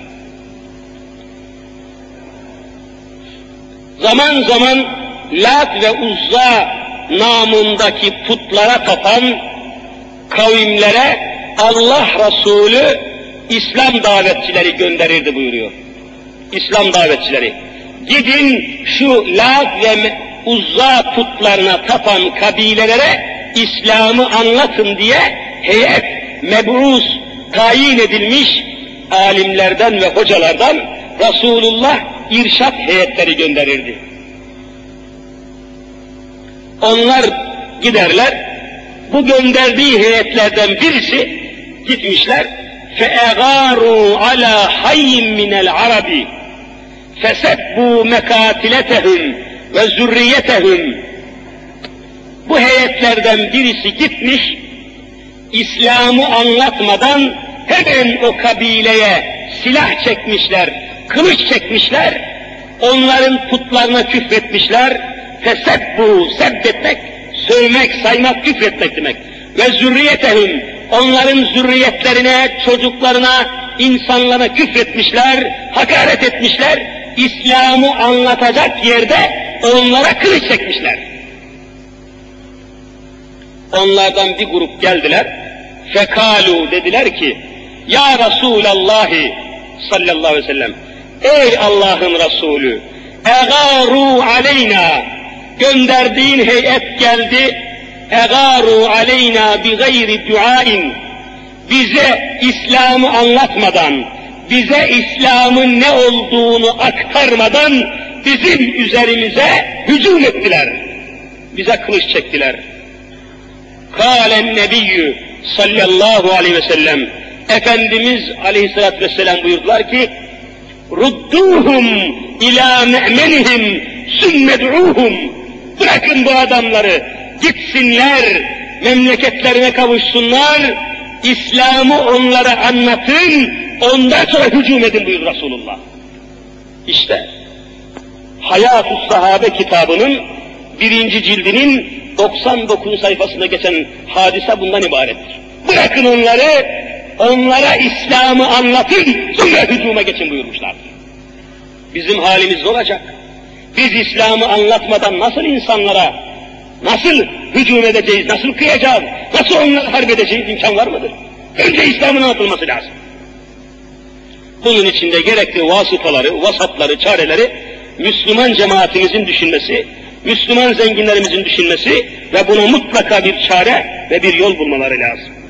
Zaman zaman Lat ve Uzza namındaki putlara tapan kavimlere Allah Resulü İslam davetçileri gönderirdi buyuruyor. İslam davetçileri. Gidin şu Lat ve Uzza putlarına tapan kabilelere İslam'ı anlatın diye heyet, meb'us, tayin edilmiş alimlerden ve hocalardan Resulullah irşat heyetleri gönderirdi. Onlar giderler, bu gönderdiği heyetlerden birisi gitmişler, فَاَغَارُوا عَلَى حَيٍّ مِنَ الْعَرَبِ فَسَبُّوا مَكَاتِلَتَهُمْ وَزُرِّيَّتَهُمْ. Bu heyetlerden birisi gitmiş, İslam'ı anlatmadan hemen o kabileye silah çekmişler, kılıç çekmişler, onların putlarına küfretmişler. Fesebbu, sebbetmek, sövmek, saymak, küfretmek demek. Ve zürriyetehum, onların zürriyetlerine, çocuklarına, insanlara küfretmişler, hakaret etmişler. İslam'ı anlatacak yerde onlara kılıç çekmişler. Onlardan bir grup geldiler. Fekalu, dediler ki, Ya Resulallah sallallahu aleyhi ve sellem, ey Allah'ın Resulü, egaru aleyna, gönderdiğin heyet geldi, egaru aleyna bi gayri duain, bize İslam'ı anlatmadan, bize İslam'ın ne olduğunu aktarmadan bizim üzerimize hücum ettiler. Bize kılıç çektiler. Kâlen nebiyyü sallallahu aleyhi ve sellem, Efendimiz aleyhissalatü vesselam buyurdular ki, rudduhum ila me'menihim sümmed'uhum, bırakın bu adamları, gitsinler, memleketlerine kavuşsunlar, İslam'ı onlara anlatın, ondan sonra hücum edin buyurdu Resulullah. İşte Hayat-ı Sahabe kitabının birinci cildinin doksan dokuz sayfasında geçen hadise bundan ibarettir. Bırakın onları, onlara İslam'ı anlatın, sonra hücuma geçin buyurmuşlardır. Bizim halimiz ne olacak? Biz İslam'ı anlatmadan nasıl insanlara, nasıl hücum edeceğiz, nasıl kıyacağız, nasıl onları harp edeceğiz, imkan var mıdır? Önce İslam'ın anlatılması lazım. Bunun için de gerekli vasıtaları, vasatları, çareleri Müslüman cemaatimizin düşünmesi, Müslüman zenginlerimizin düşünmesi ve buna mutlaka bir çare ve bir yol bulmaları lazım.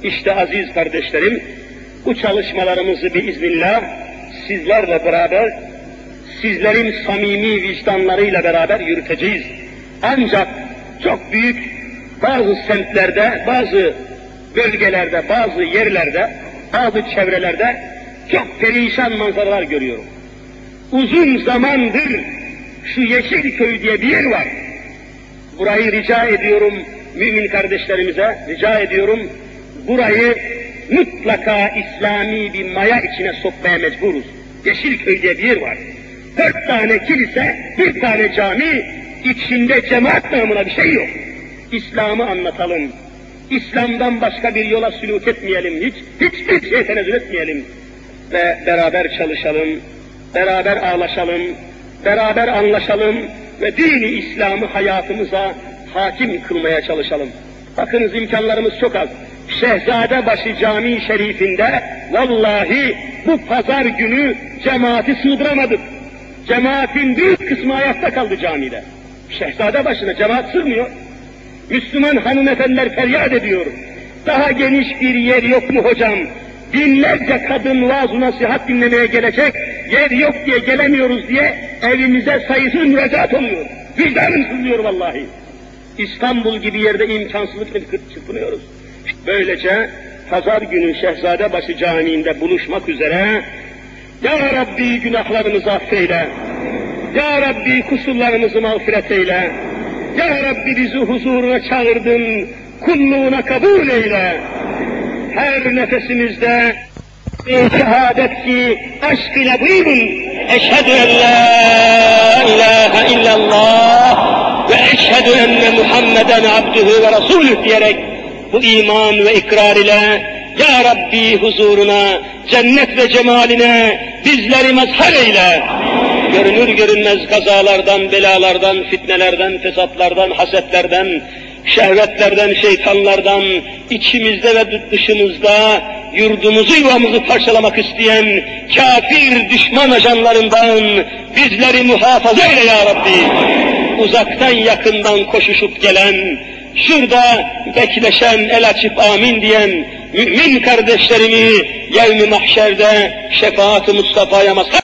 İşte aziz kardeşlerim, bu çalışmalarımızı biiznillah sizlerle beraber, sizlerin samimi vicdanlarıyla beraber yürüteceğiz. Ancak çok büyük bazı semtlerde, bazı bölgelerde, bazı yerlerde, bazı çevrelerde çok perişan manzaralar görüyorum. Uzun zamandır şu Yeşilköy diye bir yer var. Burayı rica ediyorum mümin kardeşlerimize, rica ediyorum, burayı mutlaka İslami bir maya içine sokmaya mecburuz. Yeşilköy diye bir yer var. Dört tane kilise, bir tane cami, içinde cemaat namına bir şey yok. İslam'ı anlatalım. İslam'dan başka bir yola sülûk etmeyelim, hiç, hiçbir şeye tenezzül etmeyelim. Ve beraber çalışalım, beraber ağlaşalım, beraber anlaşalım ve dini İslam'ı hayatımıza hakim kılmaya çalışalım. Bakınız imkanlarımız çok az. Şehzadebaşı Camii Şerifinde vallahi bu pazar günü cemaati sığdıramadık. Cemaatin büyük kısmı ayakta kaldı camide. Şehzadebaşı'na cemaat sığmıyor. Müslüman hanımefendiler feryat ediyor. Daha geniş bir yer yok mu hocam? Binlerce kadın vaaz-ı nasihat dinlemeye gelecek, yer yok diye gelemiyoruz diye evimize sayısız müracaat oluyor. Vicdanım sızlıyor vallahi. İstanbul gibi yerde imkansızlıkla çırpınıyoruz. Böylece pazar günü Şehzadebaşı Camii'nde buluşmak üzere, Ya Rabbi günahlarımızı affeyle, Ya Rabbi kusurlarımızı mağfiret eyle, Ya Rabbi bizi huzuruna çağırdın, kulluğuna kabul eyle. Her nefesimizde bir şehadet ki aşk ile buyurun. Eşhedü en la ilahe illallah ve eşhedü enne Muhammeden abdühü ve rasulüh diyerek bu iman ve ikrar ile Ya Rabbi huzuruna, cennet ve cemaline bizleri mazhar eyle. Görünür görünmez kazalardan, belalardan, fitnelerden, fesatlardan, hasetlerden, şehvetlerden, şeytanlardan, içimizde ve dışımızda yurdumuzu, yuvamızı parçalamak isteyen kafir düşman ajanlarından bizleri muhafaza eyle ya Rabbi. Uzaktan yakından koşuşup gelen, şurada bekleşen, el açıp amin diyen mümin kardeşlerimi yevm-i mahşerde şefaat-ı Mustafa'ya mazhar